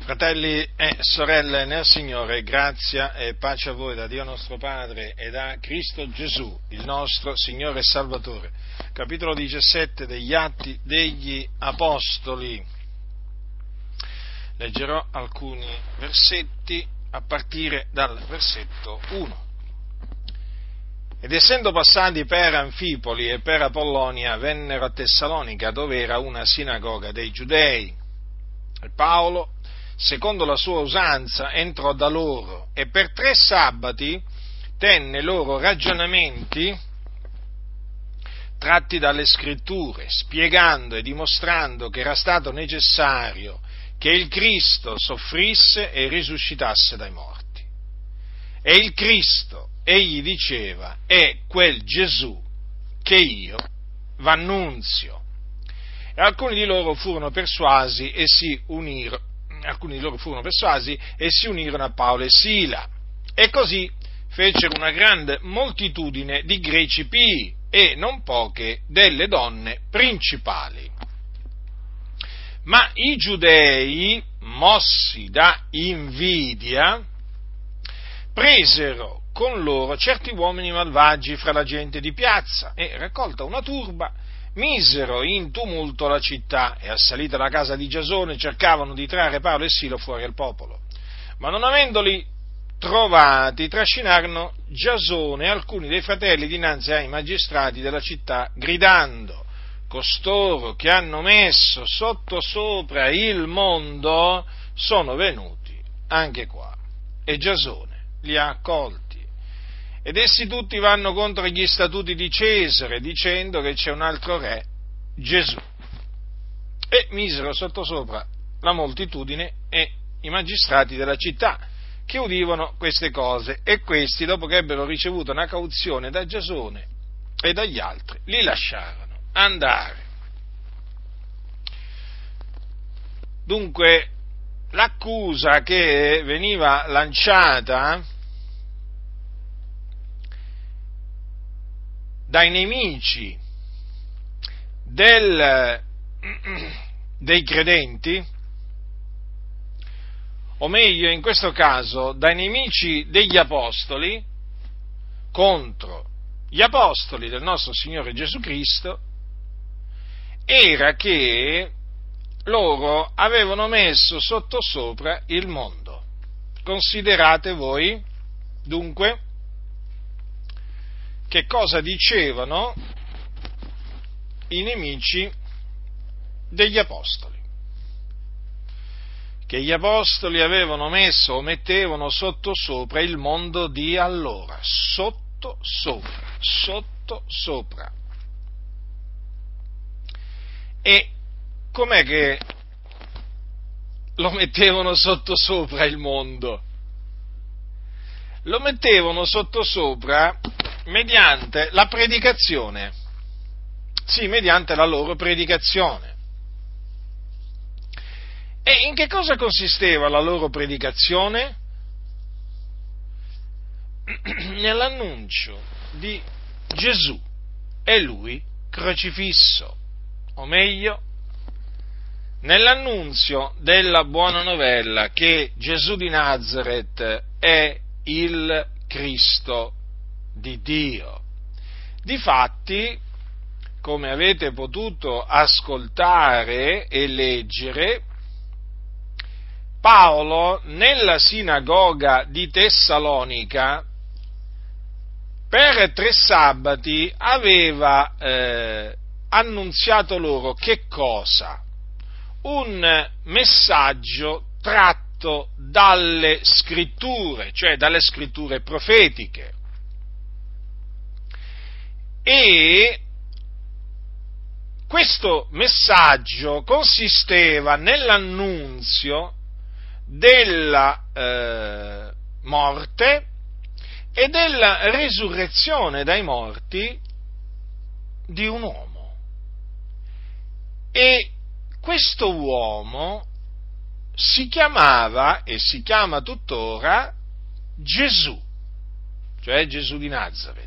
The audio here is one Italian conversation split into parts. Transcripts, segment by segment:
Fratelli e sorelle nel Signore, grazia e pace a voi da Dio nostro Padre e da Cristo Gesù, il nostro Signore e Salvatore. Capitolo 17 degli Atti degli Apostoli. Leggerò alcuni versetti a partire dal versetto 1. Ed essendo passati per Anfipoli e per Apollonia, vennero a Tessalonica, dove era una sinagoga dei Giudei. E Paolo, secondo la sua usanza, entrò da loro e per 3 sabati tenne loro ragionamenti tratti dalle Scritture, spiegando e dimostrando che era stato necessario che il Cristo soffrisse e risuscitasse dai morti. E il Cristo, egli diceva, è quel Gesù che io v'annunzio. E alcuni di loro furono persuasi e si unirono a Paolo e Sila, e così fecero una grande moltitudine di greci pii e non poche delle donne principali. Ma i giudei, mossi da invidia, presero con loro certi uomini malvagi fra la gente di piazza e, raccolta una turba, misero in tumulto la città e, assalita la casa di Giasone, cercavano di trarre Paolo e Silo fuori al popolo. Ma non avendoli trovati, trascinarono Giasone e alcuni dei fratelli dinanzi ai magistrati della città, gridando: costoro che hanno messo sottosopra il mondo sono venuti anche qua. E Giasone li ha accolti. Ed essi tutti vanno contro gli statuti di Cesare, dicendo che c'è un altro re, Gesù. E misero sottosopra la moltitudine e i magistrati della città, che udivano queste cose, e questi, dopo che ebbero ricevuto una cauzione da Giasone e dagli altri, li lasciarono andare. Dunque, l'accusa che veniva lanciata dai nemici dei credenti, o meglio in questo caso dai nemici degli apostoli, contro gli apostoli del nostro Signore Gesù Cristo, era che loro avevano messo sottosopra il mondo. Considerate voi, dunque, che cosa dicevano i nemici degli apostoli? Che gli apostoli avevano messo o mettevano sottosopra il mondo di allora, sottosopra. E com'è che lo mettevano sottosopra il mondo? Lo mettevano sottosopra mediante la predicazione, sì, mediante la loro predicazione. E in che cosa consisteva la loro predicazione? Nell'annuncio di Gesù e lui crocifisso, o meglio, nell'annunzio della buona novella che Gesù di Nazaret è il Cristo di Dio. Difatti, come avete potuto ascoltare e leggere, Paolo nella sinagoga di Tessalonica per 3 sabati aveva annunziato loro che cosa? Un messaggio tratto dalle scritture, cioè dalle scritture profetiche. E questo messaggio consisteva nell'annunzio della morte e della resurrezione dai morti di un uomo. E questo uomo si chiamava e si chiama tuttora Gesù, cioè Gesù di Nazaret.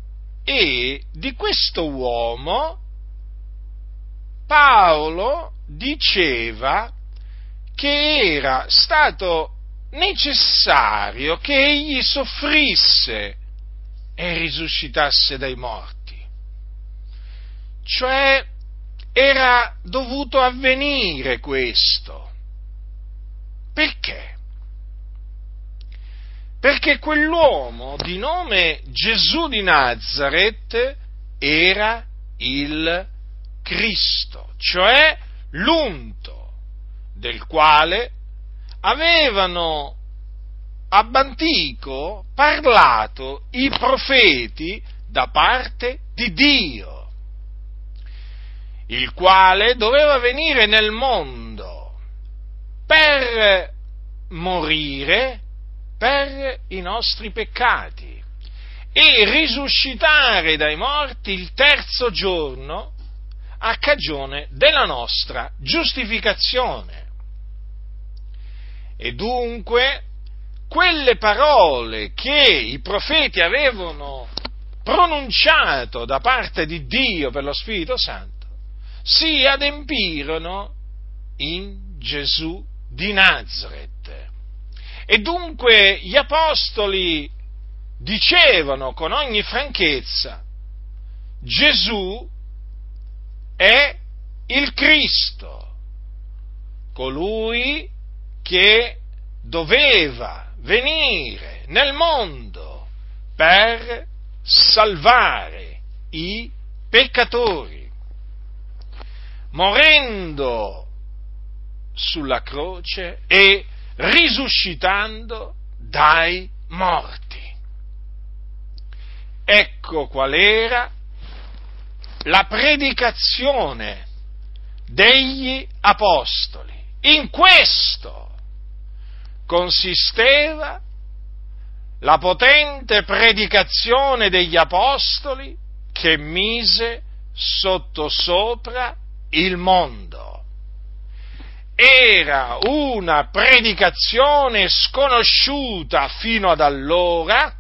E di questo uomo Paolo diceva che era stato necessario che egli soffrisse e risuscitasse dai morti. Cioè, era dovuto avvenire questo. Perché? Perché quell'uomo di nome Gesù di Nazaret era il Cristo, cioè l'unto del quale avevano ab antico parlato i profeti da parte di Dio, il quale doveva venire nel mondo per morire per i nostri peccati e risuscitare dai morti il terzo giorno a cagione della nostra giustificazione. E dunque quelle parole che i profeti avevano pronunciato da parte di Dio per lo Spirito Santo si adempirono in Gesù di Nazaret. E dunque gli apostoli dicevano con ogni franchezza: Gesù è il Cristo, colui che doveva venire nel mondo per salvare i peccatori, morendo sulla croce e risuscitando dai morti. Ecco qual era la predicazione degli apostoli. In questo consisteva la potente predicazione degli apostoli che mise sottosopra il mondo. Era una predicazione sconosciuta fino ad allora.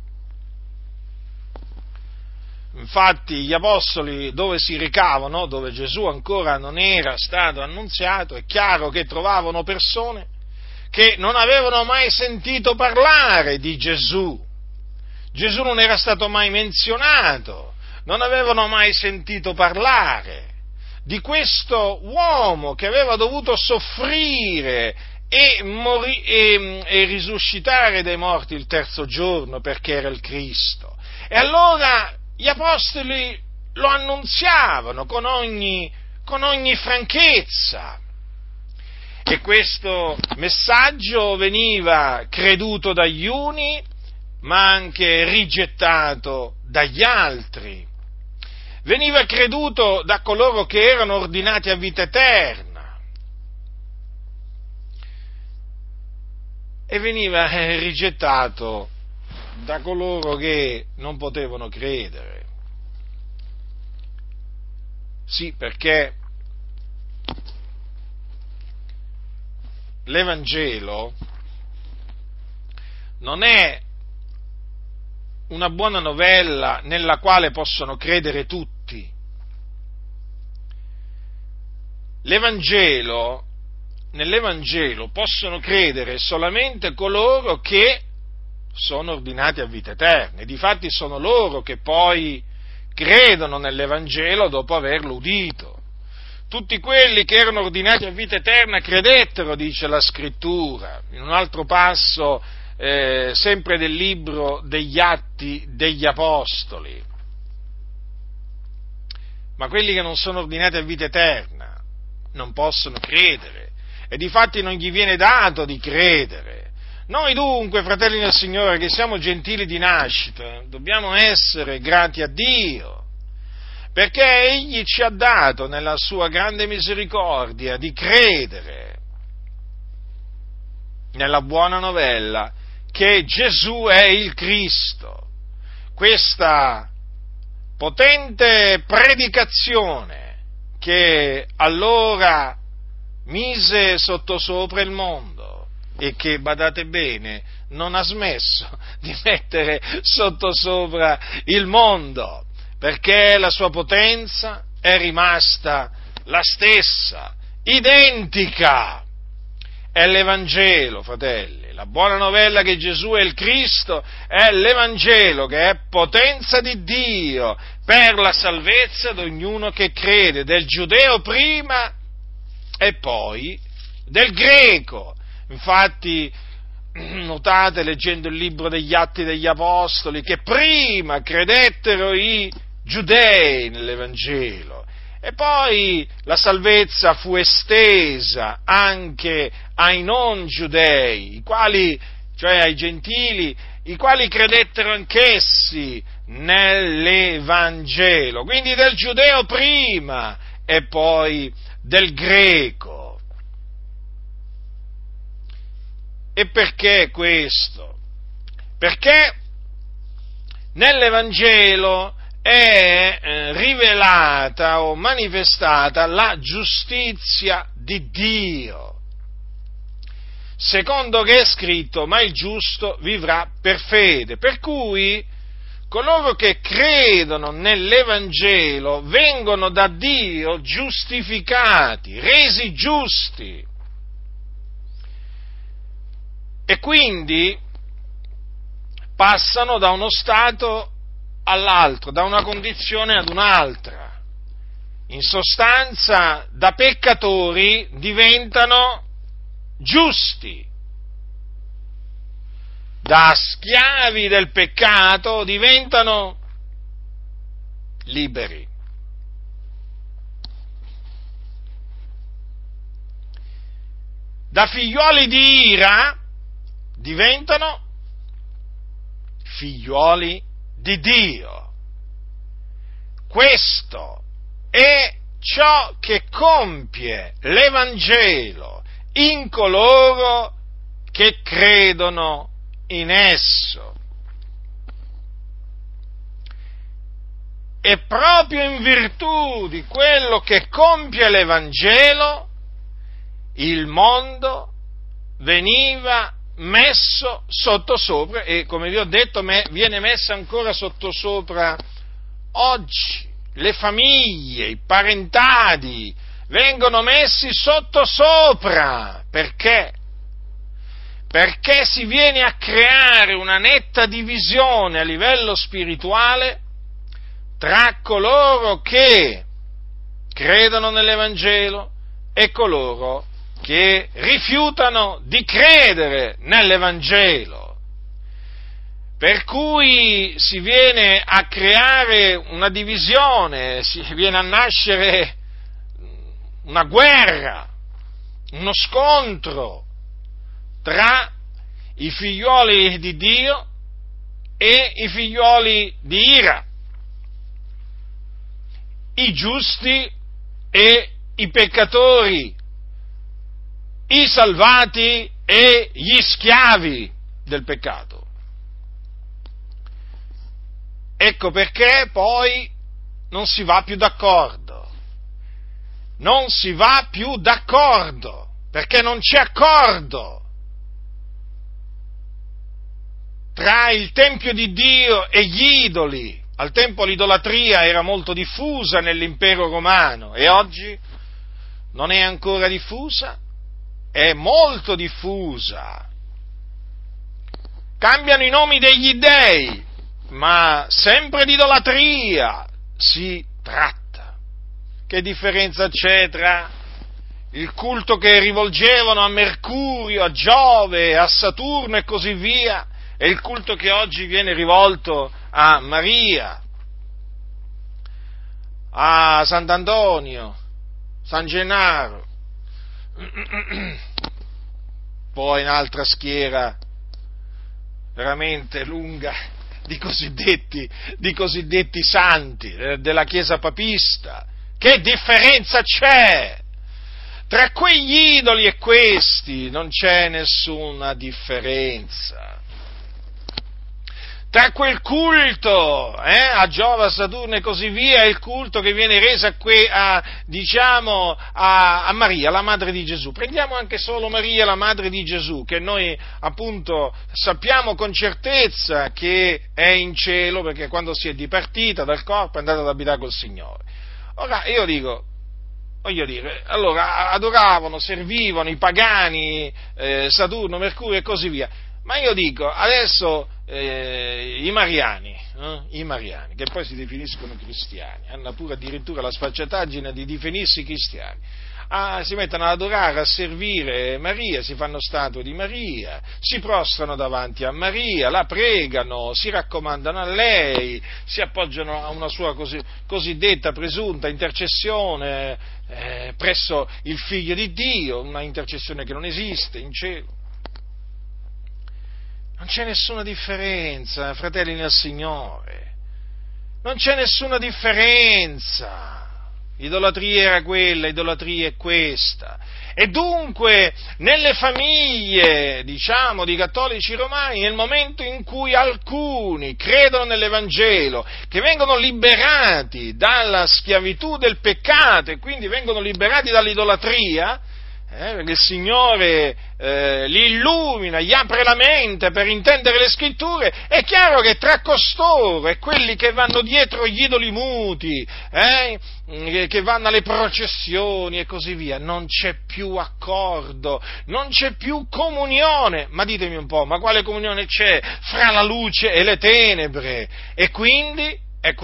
Infatti gli apostoli, dove si recavano, dove Gesù ancora non era stato annunziato, è chiaro che trovavano persone che non avevano mai sentito parlare di Gesù. Gesù non era stato mai menzionato, non avevano mai sentito parlare di questo uomo che aveva dovuto soffrire e risuscitare dai morti il terzo giorno perché era il Cristo. E allora gli apostoli lo annunziavano con ogni franchezza. E questo messaggio veniva creduto dagli uni, ma anche rigettato dagli altri. Veniva creduto da coloro che erano ordinati a vita eterna e veniva rigettato da coloro che non potevano credere. Sì, perché l'Evangelo non è una buona novella nella quale possono credere tutti. Nell'Evangelo possono credere solamente coloro che sono ordinati a vita eterna, e difatti sono loro che poi credono nell'Evangelo dopo averlo udito. Tutti quelli che erano ordinati a vita eterna credettero, dice la Scrittura, in un altro passo, sempre del libro degli Atti degli Apostoli. Ma quelli che non sono ordinati a vita eterna non possono credere, e difatti non gli viene dato di credere. Noi dunque, fratelli del Signore, che siamo gentili di nascita, dobbiamo essere grati a Dio, perché Egli ci ha dato nella sua grande misericordia di credere nella buona novella che Gesù è il Cristo. Questa potente predicazione che allora mise sottosopra il mondo e che, badate bene, non ha smesso di mettere sottosopra il mondo, perché la sua potenza è rimasta la stessa identica. È l'Evangelo, fratelli, la buona novella che Gesù è il Cristo, è l'Evangelo che è potenza di Dio per la salvezza di ognuno che crede, del giudeo prima e poi del greco. Infatti, notate leggendo il libro degli Atti degli Apostoli che prima credettero i giudei nell'Evangelo e poi la salvezza fu estesa anche ai non giudei, cioè ai gentili, i quali credettero anch'essi nell'Evangelo, quindi del giudeo prima e poi del greco. E perché questo? Perché nell'Evangelo è rivelata o manifestata la giustizia di Dio, secondo che è scritto: ma il giusto vivrà per fede. Per cui coloro che credono nell'Evangelo vengono da Dio giustificati, resi giusti. E quindi passano da uno stato all'altro, da una condizione ad un'altra. In sostanza, da peccatori diventano giusti, da schiavi del peccato diventano liberi. Da figliuoli di ira diventano figliuoli di Dio. Questo è ciò che compie l'Evangelo in coloro che credono in esso. E proprio in virtù di quello che compie l'Evangelo, il mondo veniva messo sottosopra e, come vi ho detto, viene messa ancora sottosopra oggi. Le famiglie, i parentadi vengono messi sottosopra. Perché? Perché si viene a creare una netta divisione a livello spirituale tra coloro che credono nell'Evangelo e coloro che rifiutano di credere nell'Evangelo. Per cui si viene a creare una divisione, si viene a nascere una guerra, uno scontro tra i figlioli di Dio e i figlioli di ira, i giusti e i peccatori, i salvati e gli schiavi del peccato. Ecco perché poi non si va più d'accordo. Non si va più d'accordo, perché non c'è accordo tra il Tempio di Dio e gli idoli. Al tempo l'idolatria era molto diffusa nell'impero romano e oggi non è ancora diffusa? È molto diffusa. Cambiano i nomi degli dei, ma sempre di idolatria si tratta. Che differenza c'è tra il culto che rivolgevano a Mercurio, a Giove, a Saturno e così via, e il culto che oggi viene rivolto a Maria, a Sant'Antonio, San Gennaro, poi un'altra schiera veramente lunga di cosiddetti santi della Chiesa papista. Che differenza c'è? Tra quegli idoli e questi non c'è nessuna differenza. Tra quel culto a Giove, a Saturno e così via, e il culto che viene reso a Maria, la madre di Gesù. Prendiamo anche solo Maria, la madre di Gesù, che noi appunto sappiamo con certezza che è in cielo, perché quando si è dipartita dal corpo è andata ad abitare col Signore. Ora io dico, voglio dire, allora adoravano, servivano i pagani, Saturno, Mercurio e così via. Ma io dico, adesso i mariani, che poi si definiscono cristiani, hanno pure addirittura la sfacciataggine di definirsi cristiani, si mettono ad adorare, a servire Maria, si fanno statue di Maria, si prostrano davanti a Maria, la pregano, si raccomandano a lei, si appoggiano a una sua cosiddetta presunta intercessione presso il Figlio di Dio, una intercessione che non esiste in cielo. Non c'è nessuna differenza, fratelli nel Signore, non c'è nessuna differenza. Idolatria era quella, idolatria è questa. E dunque, nelle famiglie, diciamo, di cattolici romani, nel momento in cui alcuni credono nell'Evangelo, che vengono liberati dalla schiavitù del peccato e quindi vengono liberati dall'idolatria, perché il Signore li illumina, gli apre la mente per intendere le Scritture, è chiaro che tra costoro e quelli che vanno dietro gli idoli muti, che vanno alle processioni e così via, non c'è più accordo, non c'è più comunione. Ma ditemi un po', ma quale comunione c'è fra la luce e le tenebre? E quindi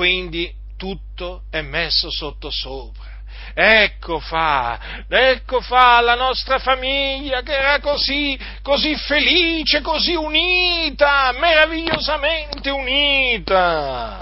tutto è messo sottosopra. Ecco fa la nostra famiglia che era così felice, così unita, meravigliosamente unita,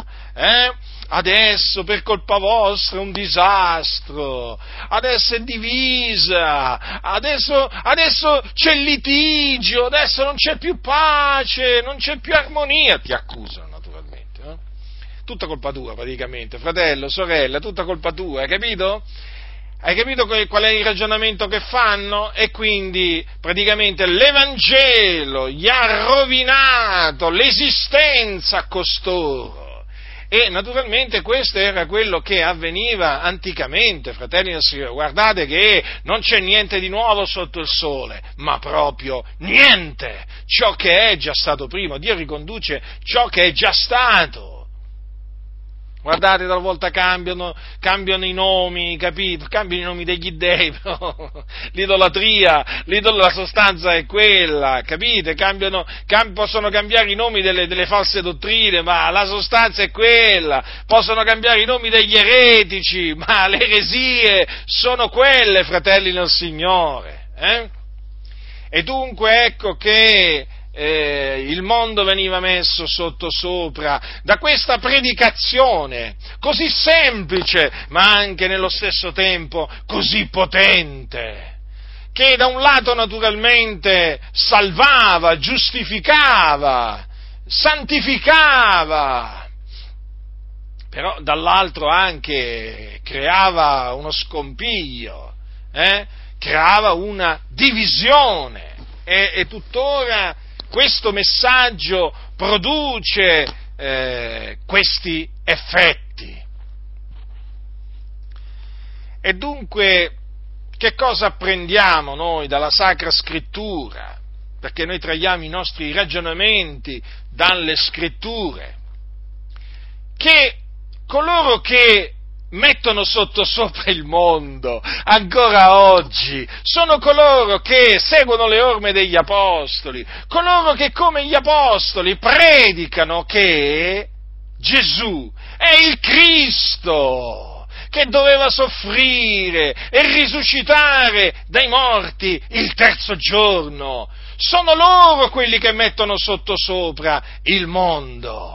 Adesso per colpa vostra è un disastro, adesso è divisa, adesso c'è litigio, adesso non c'è più pace, non c'è più armonia, ti accusano naturalmente, no? Tutta colpa tua praticamente, fratello, sorella, tutta colpa tua, hai capito? Hai capito qual è il ragionamento che fanno? E quindi praticamente l'Evangelo gli ha rovinato l'esistenza a costoro. E naturalmente questo era quello che avveniva anticamente, fratelli del Signore. Guardate che non c'è niente di nuovo sotto il sole, ma proprio niente. Ciò che è già stato prima, Dio riconduce ciò che è già stato. Guardate, talvolta cambiano i nomi, capito? Cambiano i nomi degli dei, però l'idolatria, la sostanza è quella, capite? Possono cambiare i nomi delle false dottrine, ma la sostanza è quella. Possono cambiare i nomi degli eretici, ma le eresie sono quelle, fratelli nel Signore, E dunque ecco che il mondo veniva messo sottosopra da questa predicazione così semplice, ma anche nello stesso tempo così potente, che da un lato naturalmente salvava, giustificava, santificava, però dall'altro anche creava uno scompiglio, creava una divisione, e tuttora questo messaggio produce questi effetti. E dunque, che cosa apprendiamo noi dalla Sacra Scrittura? Perché noi traiamo i nostri ragionamenti dalle Scritture. Che coloro che mettono sottosopra il mondo, ancora oggi, sono coloro che seguono le orme degli apostoli, coloro che come gli apostoli predicano che Gesù è il Cristo, che doveva soffrire e risuscitare dai morti il terzo giorno. Sono loro quelli che mettono sottosopra il mondo.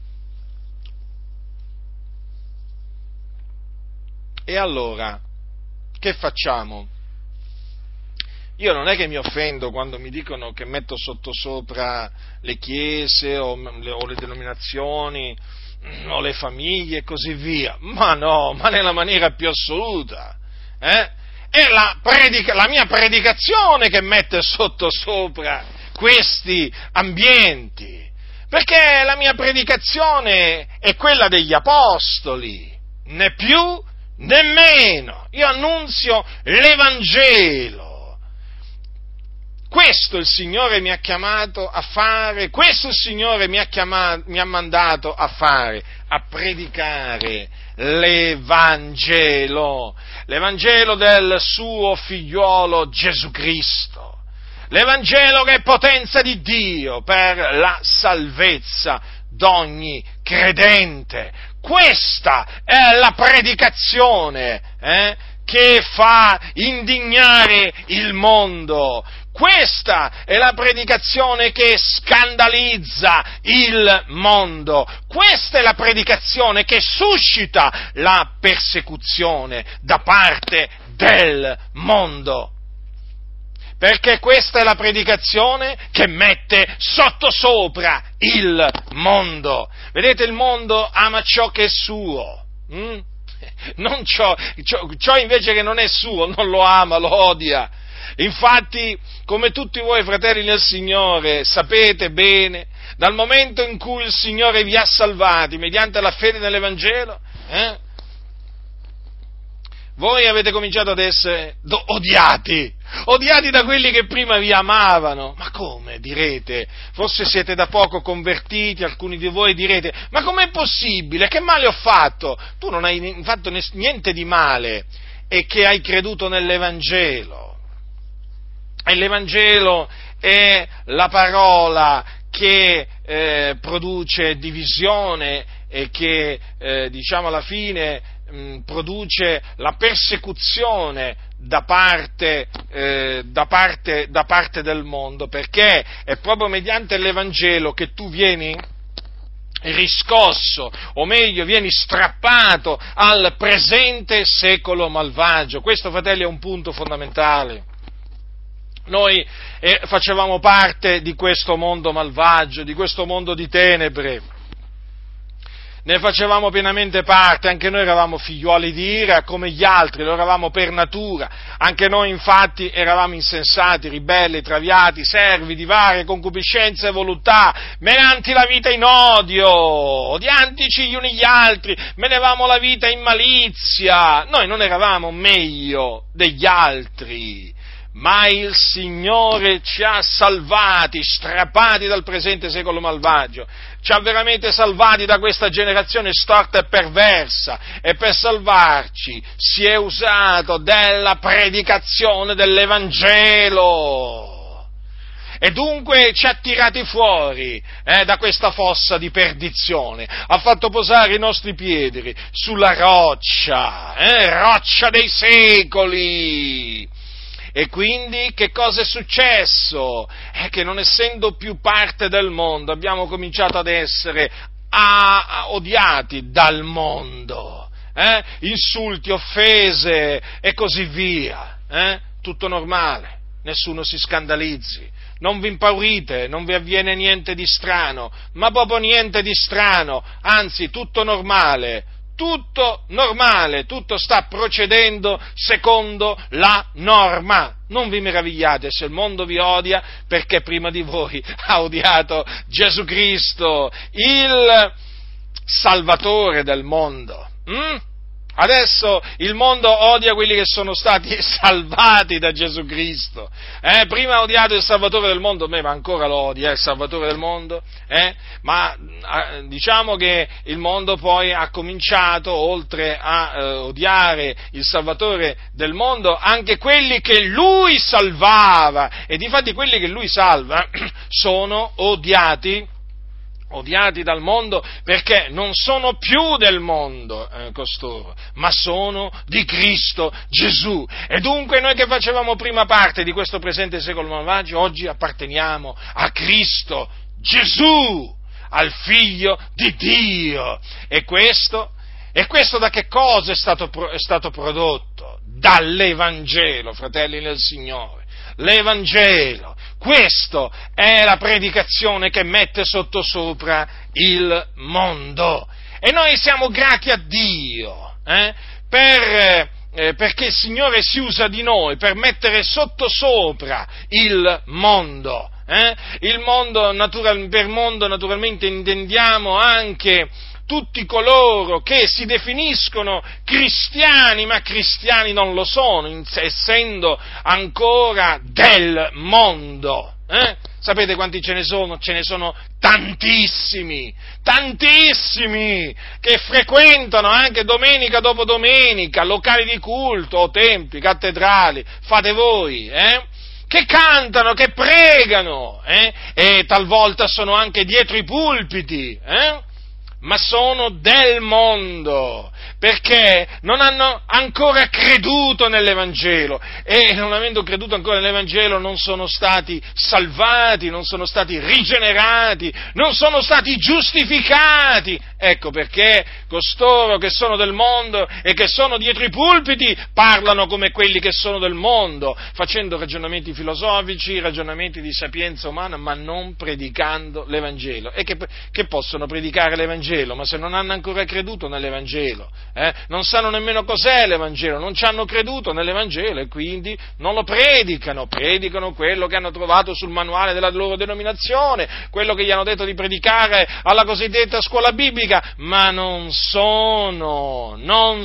E allora, che facciamo? Io non è che mi offendo quando mi dicono che metto sottosopra le chiese o le denominazioni o le famiglie e così via, ma no, ma nella maniera più assoluta, È la mia predicazione che mette sottosopra questi ambienti, perché la mia predicazione è quella degli apostoli, né più nemmeno. Io annunzio l'Evangelo. Questo il Signore mi ha chiamato a fare, questo il Signore mi ha mandato a fare, a predicare l'Evangelo del suo figliuolo Gesù Cristo, l'Evangelo che è potenza di Dio per la salvezza d'ogni credente. Questa è la predicazione che fa indignare il mondo. Questa è la predicazione che scandalizza il mondo. Questa è la predicazione che suscita la persecuzione da parte del mondo. Perché questa è la predicazione che mette sottosopra il mondo. Vedete, il mondo ama ciò che è suo. Non ciò invece che non è suo, non lo ama, lo odia. Infatti, come tutti voi fratelli nel Signore sapete bene, dal momento in cui il Signore vi ha salvati mediante la fede nell'Evangelo, voi avete cominciato ad essere odiati da quelli che prima vi amavano. Ma come, direte? Forse siete da poco convertiti, alcuni di voi direte, ma com'è possibile? Che male ho fatto? Tu non hai fatto niente di male, e che hai creduto nell'Evangelo. E l'Evangelo è la parola che produce divisione e che, alla fine, produce la persecuzione da parte del mondo, perché è proprio mediante l'Evangelo che tu vieni riscosso, o meglio vieni strappato al presente secolo malvagio. Questo, fratelli, è un punto fondamentale. Noi facevamo parte di questo mondo malvagio, di questo mondo di tenebre. Ne facevamo pienamente parte, anche noi eravamo figliuoli di ira come gli altri, lo eravamo per natura, anche noi infatti eravamo insensati, ribelli, traviati, servi di varie concupiscenze e voluttà, menanti la vita in odio, odiantici gli uni gli altri, menavamo la vita in malizia. Noi non eravamo meglio degli altri, ma il Signore ci ha salvati, strappati dal presente secolo malvagio, ci ha veramente salvati da questa generazione storta e perversa, e per salvarci si è usato della predicazione dell'Evangelo, e dunque ci ha tirati fuori da questa fossa di perdizione, ha fatto posare i nostri piedi sulla roccia dei secoli. E quindi che cosa è successo? È che non essendo più parte del mondo abbiamo cominciato ad essere odiati dal mondo, insulti, offese e così via, tutto normale, nessuno si scandalizzi, non vi impaurite, non vi avviene niente di strano, ma proprio niente di strano, anzi tutto normale, tutto sta procedendo secondo la norma. Non vi meravigliate se il mondo vi odia, perché prima di voi ha odiato Gesù Cristo, il Salvatore del mondo. Adesso il mondo odia quelli che sono stati salvati da Gesù Cristo. Prima ha odiato il Salvatore del mondo, ma ancora lo odia il Salvatore del mondo. Ma diciamo che il mondo poi ha cominciato, oltre a odiare il Salvatore del mondo, anche quelli che Lui salvava. E difatti quelli che Lui salva sono odiati dal mondo, perché non sono più del mondo costoro, ma sono di Cristo Gesù. E dunque noi che facevamo prima parte di questo presente secolo malvagio, oggi apparteniamo a Cristo Gesù, al Figlio di Dio. E questo da che cosa è stato prodotto? Dall'Evangelo, fratelli nel Signore. L'Evangelo, questa è la predicazione che mette sottosopra il mondo, e noi siamo grati a Dio perché il Signore si usa di noi per mettere sottosopra il mondo. Il mondo, per mondo naturalmente intendiamo anche tutti coloro che si definiscono cristiani, ma cristiani non lo sono, essendo ancora del mondo. Sapete quanti ce ne sono? Ce ne sono tantissimi, che frequentano anche domenica dopo domenica locali di culto, o templi, cattedrali, fate voi, che cantano, che pregano, e talvolta sono anche dietro i pulpiti, ma sono del mondo, perché non hanno ancora creduto nell'Evangelo, e non avendo creduto ancora nell'Evangelo non sono stati salvati, non sono stati rigenerati, non sono stati giustificati. Ecco perché costoro che sono del mondo e che sono dietro i pulpiti parlano come quelli che sono del mondo, facendo ragionamenti filosofici, ragionamenti di sapienza umana, ma non predicando l'Evangelo. E che possono predicare l'Evangelo? Ma se non hanno ancora creduto nell'Evangelo, non sanno nemmeno cos'è l'Evangelo, non ci hanno creduto nell'Evangelo e quindi non lo predicano quello che hanno trovato sul manuale della loro denominazione, quello che gli hanno detto di predicare alla cosiddetta scuola biblica, ma non sono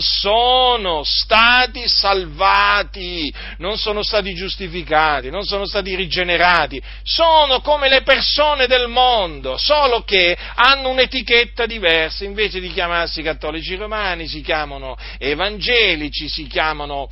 stati salvati, non sono stati giustificati, non sono stati rigenerati, sono come le persone del mondo, solo che hanno un'etichetta diversa, invece di chiamarsi cattolici romani si chiamano evangelici, si chiamano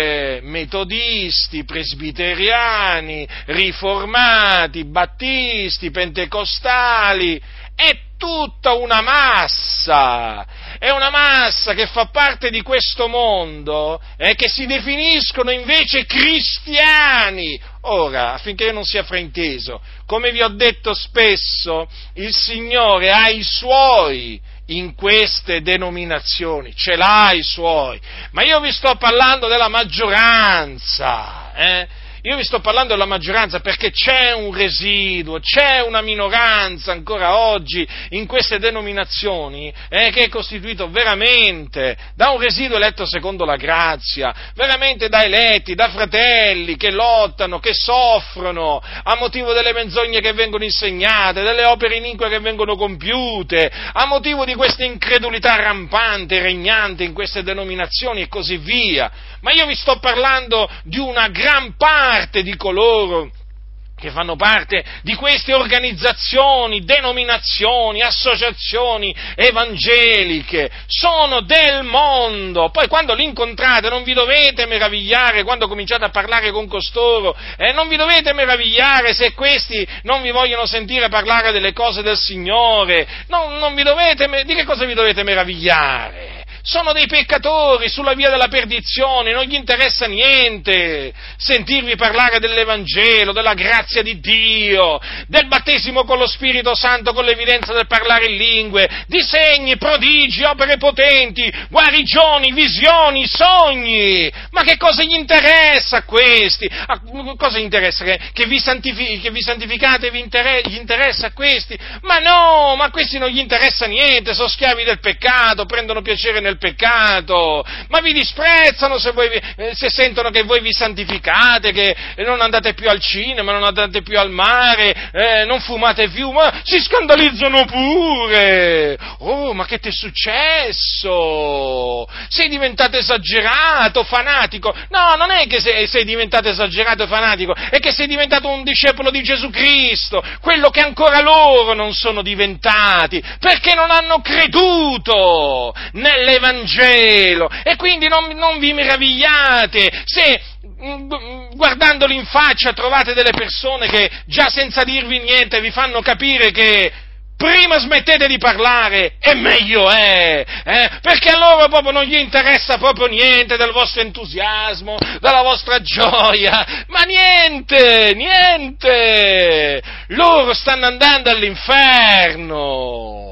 metodisti, presbiteriani, riformati, battisti, pentecostali. È tutta una massa, che fa parte di questo mondo, che si definiscono invece cristiani. Ora, affinché io non sia frainteso, come vi ho detto spesso, il Signore ha i Suoi in queste denominazioni, ce l'ha i Suoi, ma io vi sto parlando della maggioranza, Io vi sto parlando della maggioranza perché c'è un residuo, c'è una minoranza ancora oggi in queste denominazioni che è costituito veramente da un residuo eletto secondo la grazia, veramente da eletti, da fratelli che lottano, che soffrono a motivo delle menzogne che vengono insegnate, delle opere inique che vengono compiute, a motivo di questa incredulità rampante, regnante in queste denominazioni e così via. Ma io vi sto parlando di una gran parte di coloro che fanno parte di queste organizzazioni, denominazioni, associazioni evangeliche, sono del mondo. Poi quando li incontrate non vi dovete meravigliare, quando cominciate a parlare con costoro, non vi dovete meravigliare se questi non vi vogliono sentire parlare delle cose del Signore, di che cosa vi dovete meravigliare? Sono dei peccatori sulla via della perdizione, non gli interessa niente sentirvi parlare dell'Evangelo, della grazia di Dio, del battesimo con lo Spirito Santo, con l'evidenza del parlare in lingue, di segni, prodigi, opere potenti, guarigioni, visioni, sogni. Ma che cosa gli interessa a questi? Cosa gli interessa? Che vi santificate gli interessa a questi? Ma no, ma a questi non gli interessa niente, sono schiavi del peccato, prendono piacere nel peccato, ma vi disprezzano se sentono che voi vi santificate, che non andate più al cinema, non andate più al mare, non fumate più, ma si scandalizzano pure. Oh, ma che ti è successo? Sei diventato esagerato, fanatico? No, non è che sei diventato esagerato e fanatico, è che sei diventato un discepolo di Gesù Cristo, quello che ancora loro non sono diventati, perché non hanno creduto nell'Evangelo, e quindi non vi meravigliate se guardandoli in faccia trovate delle persone che già senza dirvi niente vi fanno capire che prima smettete di parlare e meglio è, perché a loro proprio non gli interessa proprio niente del vostro entusiasmo, della vostra gioia, ma niente, loro stanno andando all'inferno.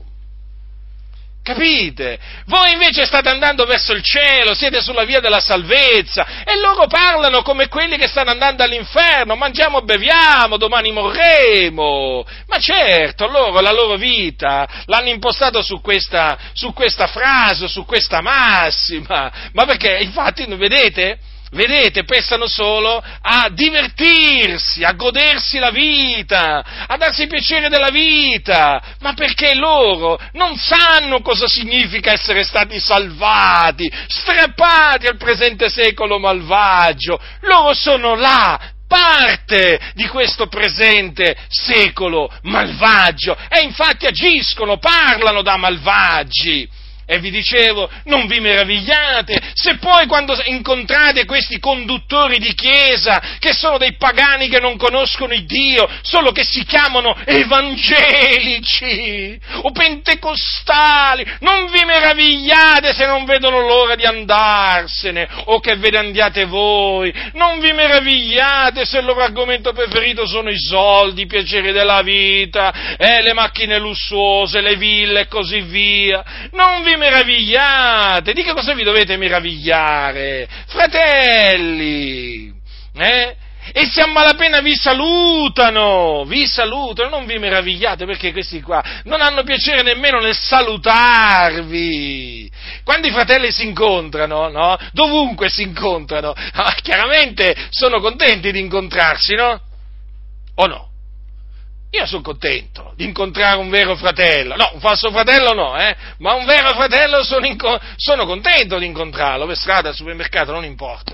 Capite? Voi invece state andando verso il cielo, siete sulla via della salvezza, e loro parlano come quelli che stanno andando all'inferno, mangiamo, beviamo, domani morremo. Ma certo, loro la loro vita l'hanno impostato su questa frase, su questa massima, ma perché, infatti, vedete? vedete, pensano solo a divertirsi, a godersi la vita, a darsi piacere della vita, ma perché loro non sanno cosa significa essere stati salvati, strappati al presente secolo malvagio. Loro sono là, parte di questo presente secolo malvagio, e infatti agiscono, parlano da malvagi. E vi dicevo, non vi meravigliate se poi quando incontrate questi conduttori di chiesa, che sono dei pagani che non conoscono il Dio, solo che si chiamano evangelici o pentecostali, non vi meravigliate se non vedono l'ora di andarsene o che ve ne andiate voi, non vi meravigliate se il loro argomento preferito sono i soldi, i piaceri della vita, le macchine lussuose, le ville e così via. Non vi meravigliate, di che cosa vi dovete meravigliare, fratelli, Essi a malapena vi salutano, non vi meravigliate perché questi qua non hanno piacere nemmeno nel salutarvi. Quando i fratelli si incontrano, no? Dovunque si incontrano, chiaramente sono contenti di incontrarsi, no? O no? Io sono contento di incontrare un vero fratello, no, un falso fratello no, ma un vero fratello sono contento di incontrarlo, per strada, al supermercato, non importa,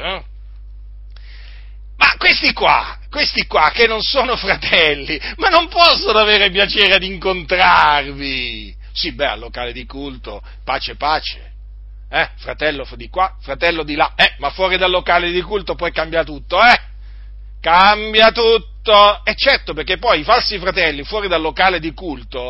Ma questi qua che non sono fratelli, ma non possono avere piacere di incontrarvi. Sì, beh, al locale di culto, pace, fratello di qua, fratello di là, ma fuori dal locale di culto poi cambia tutto, Cambia tutto. E certo, perché poi i falsi fratelli fuori dal locale di culto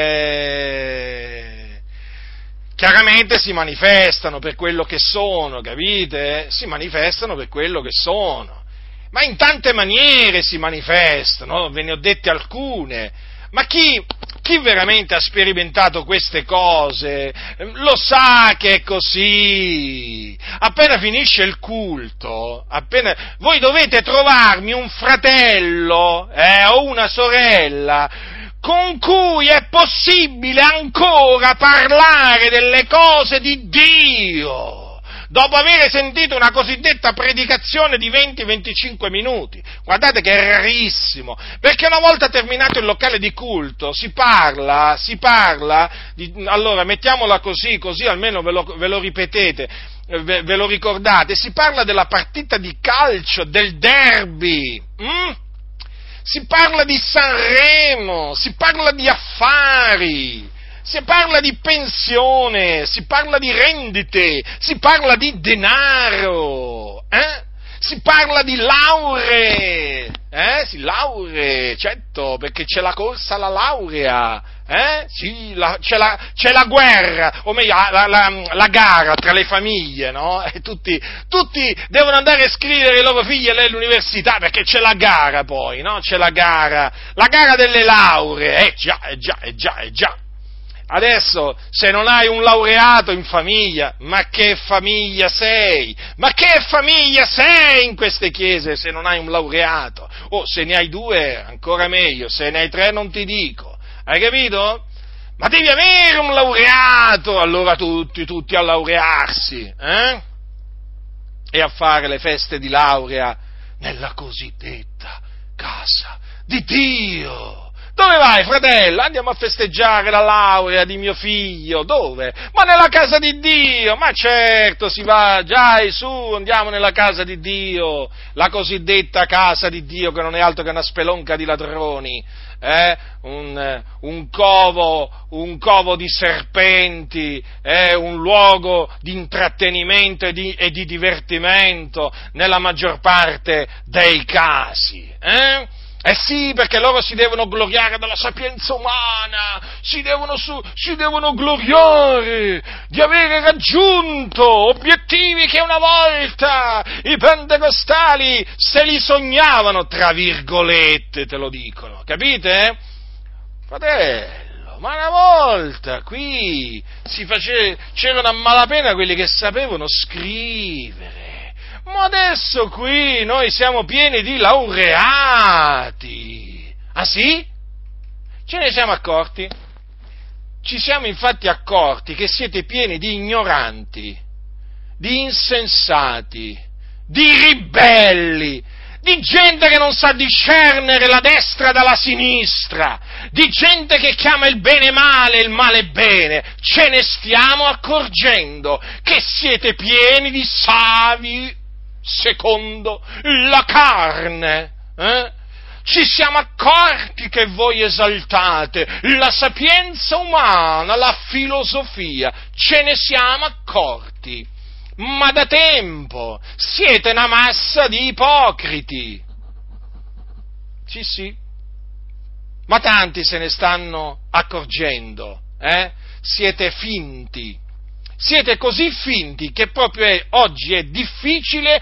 chiaramente si manifestano per quello che sono, capite? Si manifestano per quello che sono, ma in tante maniere si manifestano, ve ne ho dette alcune, ma chi veramente ha sperimentato queste cose lo sa che è così. Appena finisce il culto, voi dovete trovarmi un fratello o una sorella con cui è possibile ancora parlare delle cose di Dio, dopo aver sentito una cosiddetta predicazione di 20-25 minuti. Guardate che è rarissimo, perché una volta terminato il locale di culto si parla allora mettiamola così almeno ve lo ripetete, ve lo ricordate, si parla della partita di calcio, del derby, si parla di Sanremo, si parla di affari, si parla di pensione, si parla di rendite, si parla di denaro, si parla di lauree, lauree, certo, perché c'è la corsa alla laurea, sì, c'è la guerra, o meglio, la gara tra le famiglie, no? E tutti devono andare a iscrivere i loro figli all'università, perché c'è la gara poi, no? C'è la gara delle lauree, già. Adesso, se non hai un laureato in famiglia, ma che famiglia sei? Ma che famiglia sei in queste chiese se non hai un laureato? O se ne hai due, ancora meglio, se ne hai tre non ti dico, hai capito? Ma devi avere un laureato, allora tutti a laurearsi, e a fare le feste di laurea nella cosiddetta casa di Dio. Dove vai, fratello? Andiamo a festeggiare la laurea di mio figlio. Dove? Ma nella casa di Dio. Ma certo, si va, già, su, andiamo nella casa di Dio. La cosiddetta casa di Dio, che non è altro che una spelonca di ladroni. Un covo di serpenti, un luogo di intrattenimento e di divertimento nella maggior parte dei casi. Eh sì, perché loro si devono gloriare della sapienza umana, si devono gloriare di avere raggiunto obiettivi che una volta i pentecostali se li sognavano, tra virgolette te lo dicono, capite? Fratello, ma una volta qui c'erano a malapena quelli che sapevano scrivere. Ma adesso qui noi siamo pieni di laureati. Ah sì? Ce ne siamo accorti? Ci siamo infatti accorti che siete pieni di ignoranti, di insensati, di ribelli, di gente che non sa discernere la destra dalla sinistra, di gente che chiama il bene male e il male bene. Ce ne stiamo accorgendo che siete pieni di savi secondo la carne. Ci siamo accorti che voi esaltate la sapienza umana, la filosofia, ce ne siamo accorti, ma da tempo siete una massa di ipocriti. Sì, ma tanti se ne stanno accorgendo, Siete finti. Siete così finti che proprio oggi è difficile,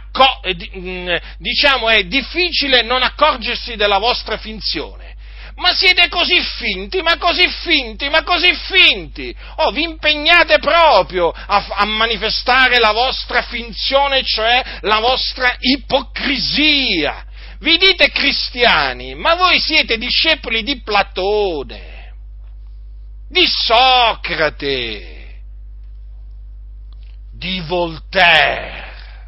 è difficile non accorgersi della vostra finzione. Ma siete così finti, ma così finti, ma così finti! Vi impegnate proprio a manifestare la vostra finzione, cioè la vostra ipocrisia. Vi dite cristiani, ma voi siete discepoli di Platone, di Socrate, di Voltaire.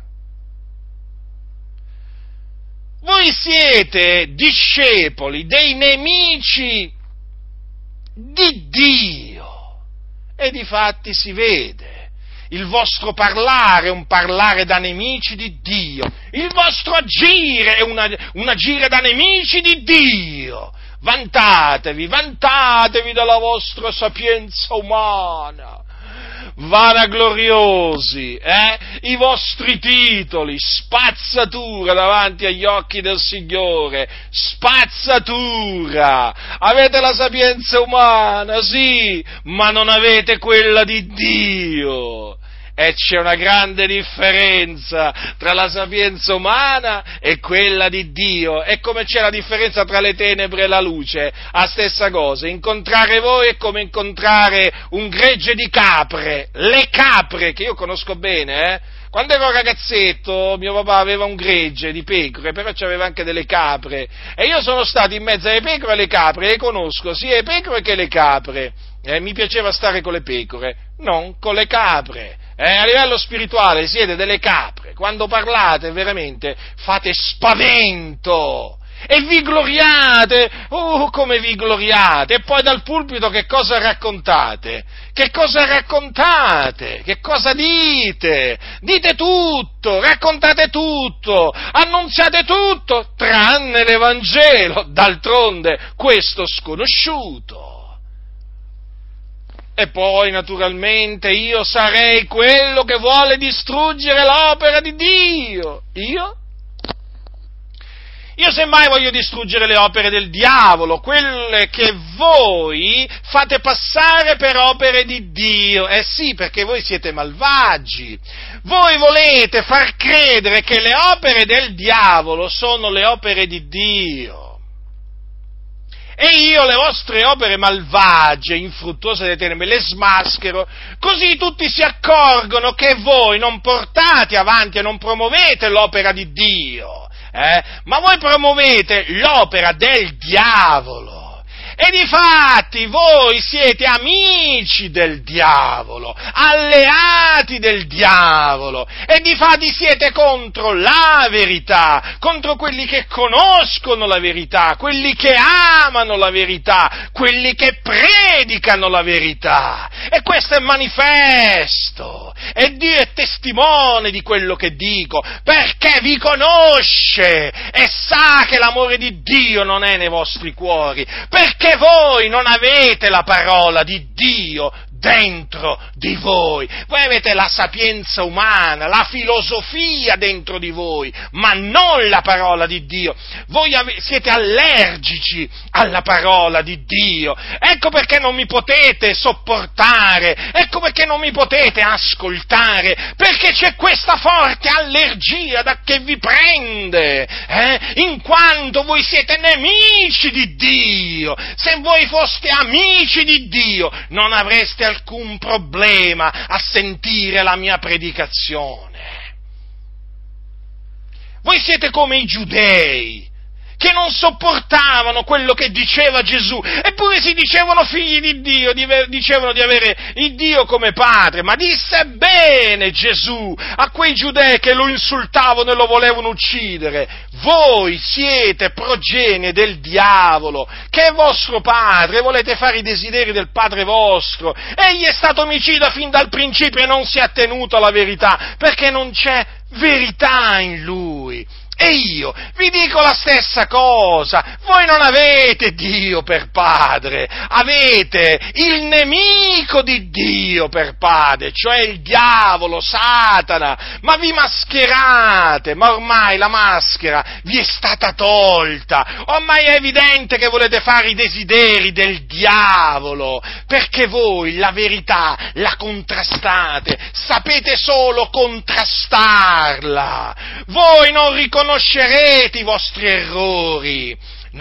Voi siete discepoli dei nemici di Dio e difatti si vede. Il vostro parlare è un parlare da nemici di Dio, il vostro agire è un agire da nemici di Dio. Vantatevi della vostra sapienza umana, vanagloriosi, i vostri titoli, spazzatura davanti agli occhi del Signore, spazzatura, avete la sapienza umana, sì, ma non avete quella di Dio. E c'è una grande differenza tra la sapienza umana e quella di Dio. E come c'è la differenza tra le tenebre e la luce? La stessa cosa. Incontrare voi è come incontrare un gregge di capre. Le capre, che io conosco bene, Quando ero ragazzetto, mio papà aveva un gregge di pecore, però c'aveva anche delle capre. E io sono stato in mezzo alle pecore e alle capre, le conosco sia le pecore che le capre. Mi piaceva stare con le pecore, non con le capre. A livello spirituale siete delle capre, quando parlate veramente fate spavento e vi gloriate, come vi gloriate, e poi dal pulpito che cosa raccontate? Che cosa raccontate? Che cosa dite? Dite tutto, raccontate tutto, annunziate tutto, tranne l'Evangelo, d'altronde questo sconosciuto. E poi, naturalmente, io sarei quello che vuole distruggere l'opera di Dio. Io semmai voglio distruggere le opere del diavolo, quelle che voi fate passare per opere di Dio. Sì, perché voi siete malvagi. Voi volete far credere che le opere del diavolo sono le opere di Dio. E io le vostre opere malvagie, infruttuose delle tenebre, le smaschero, così tutti si accorgono che voi non portate avanti e non promuovete l'opera di Dio, ma voi promuovete l'opera del diavolo. E difatti voi siete amici del diavolo, alleati del diavolo, e difatti siete contro la verità, contro quelli che conoscono la verità, quelli che amano la verità, quelli che predicano la verità. E questo è manifesto, e Dio è testimone di quello che dico, perché vi conosce e sa che l'amore di Dio non è nei vostri cuori, perché voi non avete la parola di Dio dentro di voi. Voi avete la sapienza umana, la filosofia dentro di voi, ma non la parola di Dio. Voi siete allergici alla parola di Dio. Ecco perché non mi potete sopportare, ecco perché non mi potete ascoltare, perché c'è questa forte allergia che vi prende, in quanto voi siete nemici di Dio. Se voi foste amici di Dio, non avreste alcun problema a sentire la mia predicazione. Voi siete come i giudei, che non sopportavano quello che diceva Gesù, eppure si dicevano figli di Dio, dicevano di avere il Dio come padre, ma disse bene Gesù a quei giudei che lo insultavano e lo volevano uccidere: voi siete progenie del diavolo, che è vostro padre, volete fare i desideri del padre vostro. Egli è stato omicida fin dal principio e non si è attenuto alla verità, perché non c'è verità in lui. E io vi dico la stessa cosa: voi non avete Dio per padre, avete il nemico di Dio per padre, cioè il diavolo, Satana, ma vi mascherate, ma ormai la maschera vi è stata tolta, ormai è evidente che volete fare i desideri del diavolo, perché voi la verità la contrastate, sapete solo contrastarla, voi non riconoscete i vostri errori.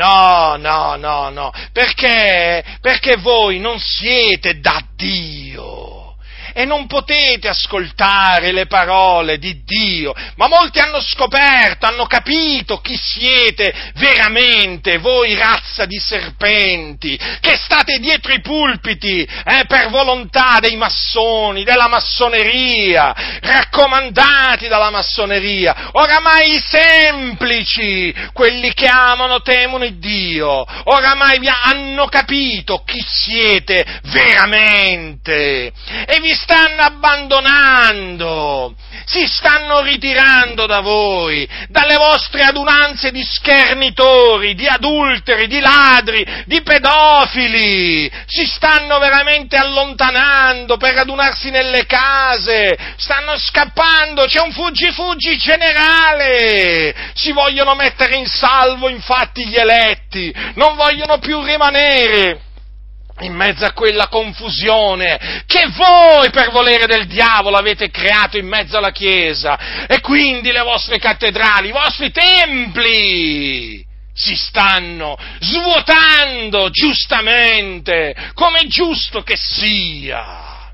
No, perché voi non siete da Dio e non potete ascoltare le parole di Dio, ma molti hanno scoperto, hanno capito chi siete veramente, voi razza di serpenti, che state dietro i pulpiti per volontà dei massoni, della massoneria, raccomandati dalla massoneria. Oramai i semplici, quelli che amano, temono il Dio, oramai hanno capito chi siete veramente e vi stanno abbandonando, si stanno ritirando da voi, dalle vostre adunanze di schernitori, di adulteri, di ladri, di pedofili, si stanno veramente allontanando per radunarsi nelle case, stanno scappando, c'è un fuggi generale, si vogliono mettere in salvo infatti gli eletti, non vogliono più rimanere in mezzo a quella confusione che voi per volere del diavolo avete creato in mezzo alla Chiesa, e quindi le vostre cattedrali, i vostri templi si stanno svuotando giustamente, come è giusto che sia,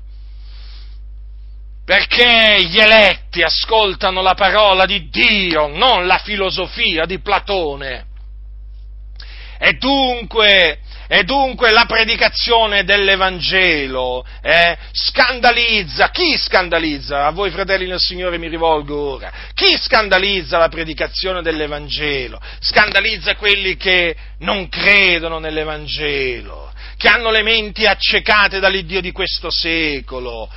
perché gli eletti ascoltano la parola di Dio, non la filosofia di Platone. E dunque la predicazione dell'Evangelo scandalizza. Chi scandalizza? A voi fratelli nel Signore mi rivolgo ora. Chi scandalizza la predicazione dell'Evangelo? Scandalizza quelli che non credono nell'Evangelo, che hanno le menti accecate dall'Iddio di questo secolo.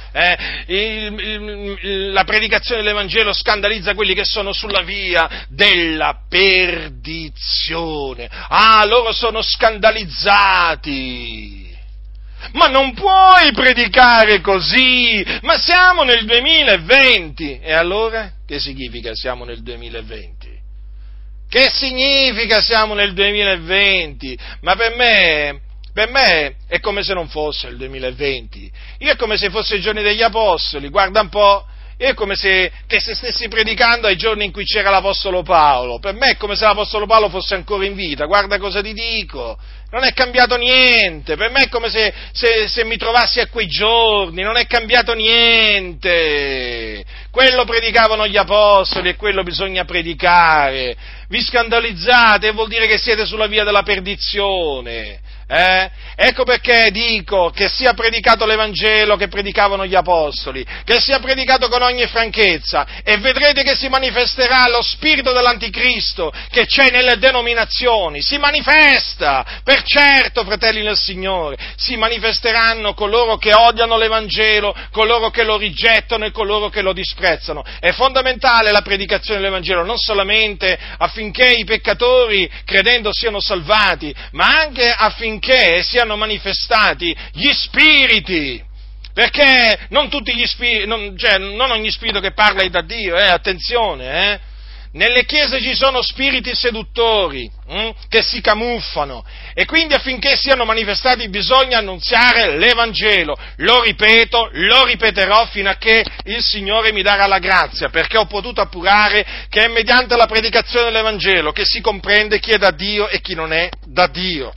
La predicazione dell'Evangelo scandalizza quelli che sono sulla via della perdizione. Loro sono scandalizzati. Ma non puoi predicare così, ma siamo nel 2020. E allora? Che significa siamo nel 2020? Che significa siamo nel 2020? Ma per me è come se non fosse il 2020, io è come se fosse i giorni degli Apostoli, guarda un po', è come se stessi predicando ai giorni in cui c'era l'Apostolo Paolo, per me è come se l'Apostolo Paolo fosse ancora in vita, guarda cosa ti dico, non è cambiato niente, per me è come se mi trovassi a quei giorni, non è cambiato niente, quello predicavano gli Apostoli e quello bisogna predicare, vi scandalizzate, vuol dire che siete sulla via della perdizione. Ecco perché dico che sia predicato l'Evangelo che predicavano gli Apostoli, che sia predicato con ogni franchezza, e vedrete che si manifesterà lo spirito dell'anticristo che c'è nelle denominazioni, si manifesta, per certo, fratelli nel Signore, si manifesteranno coloro che odiano l'Evangelo, coloro che lo rigettano e coloro che lo disprezzano. È fondamentale la predicazione dell'Evangelo, non solamente affinché i peccatori credendo siano salvati, ma anche affinché siano manifestati gli spiriti, perché non tutti gli spiriti, non ogni spirito che parla è da Dio, attenzione, nelle chiese ci sono spiriti seduttori, che si camuffano, e quindi affinché siano manifestati bisogna annunziare l'Evangelo, lo ripeto, lo ripeterò fino a che il Signore mi darà la grazia, perché ho potuto appurare che è mediante la predicazione dell'Evangelo che si comprende chi è da Dio e chi non è da Dio.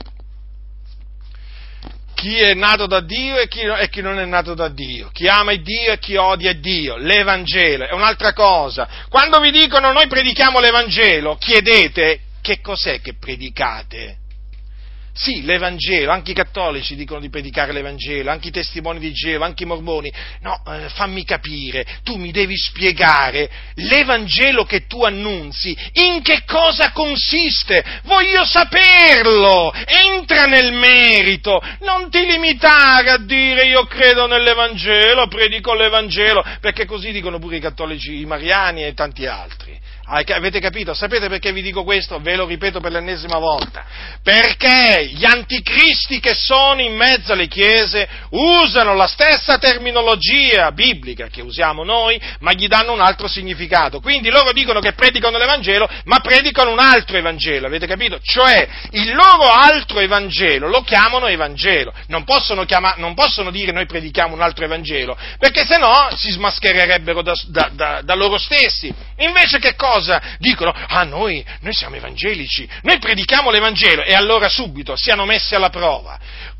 Chi è nato da Dio e chi non è nato da Dio, chi ama il Dio e chi odia Dio. L'Evangelo è un'altra cosa. Quando vi dicono noi predichiamo l'Evangelo, chiedete che cos'è che predicate? Sì, l'Evangelo, anche i cattolici dicono di predicare l'Evangelo, anche i testimoni di Geova, anche i mormoni. No, fammi capire, tu mi devi spiegare l'Evangelo che tu annunzi, in che cosa consiste? Voglio saperlo! Entra nel merito, non ti limitare a dire io credo nell'Evangelo, predico l'Evangelo, perché così dicono pure i cattolici, i mariani e tanti altri. Avete capito? Sapete perché vi dico questo? Ve lo ripeto per l'ennesima volta. Perché gli anticristi che sono in mezzo alle chiese usano la stessa terminologia biblica che usiamo noi, ma gli danno un altro significato. Quindi loro dicono che predicano l'Evangelo, ma predicano un altro Evangelo, avete capito? Cioè, il loro altro Evangelo lo chiamano Evangelo. Non possono dire noi predichiamo un altro Evangelo, perché sennò si smaschererebbero da loro stessi. Invece che cosa? Dicono, noi siamo evangelici, noi predichiamo l'Evangelo, e allora subito siano messi alla prova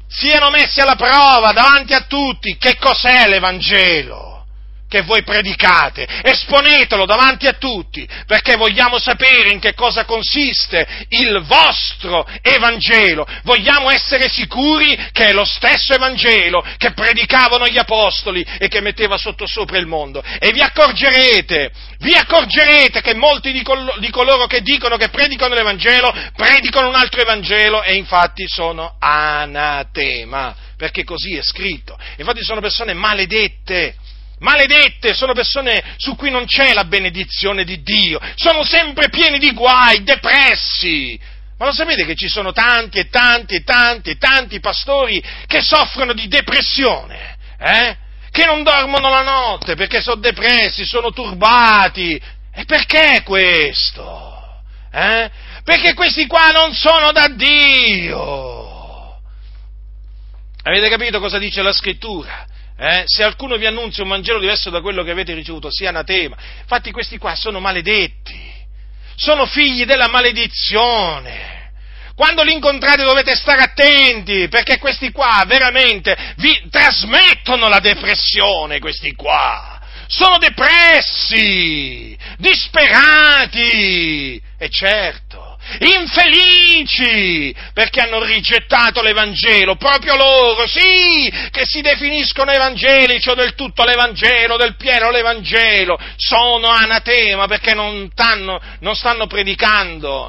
davanti a tutti, che cos'è l'Evangelo che voi predicate, esponetelo davanti a tutti, perché vogliamo sapere in che cosa consiste il vostro Evangelo, vogliamo essere sicuri che è lo stesso Evangelo che predicavano gli apostoli e che metteva sottosopra il mondo, e vi accorgerete che molti di coloro che dicono che predicano l'Evangelo, predicano un altro Evangelo, e infatti sono anatema, perché così è scritto. Infatti sono persone maledette, sono persone su cui non c'è la benedizione di Dio, sono sempre pieni di guai, depressi. Ma lo sapete che ci sono tanti pastori che soffrono di depressione, che non dormono la notte perché sono depressi, sono turbati. E perché questo? Perché questi qua non sono da Dio. Avete capito cosa dice la Scrittura? Se qualcuno vi annunzia un Vangelo diverso da quello che avete ricevuto, sia anatema. Infatti questi qua sono maledetti, sono figli della maledizione. Quando li incontrate dovete stare attenti, perché questi qua veramente vi trasmettono la depressione, questi qua. Sono depressi, disperati, e certo, infelici, perché hanno rigettato l'Evangelo, proprio loro, sì, che si definiscono evangelici o del tutto l'Evangelo, del pieno l'Evangelo, sono anatema, perché non stanno predicando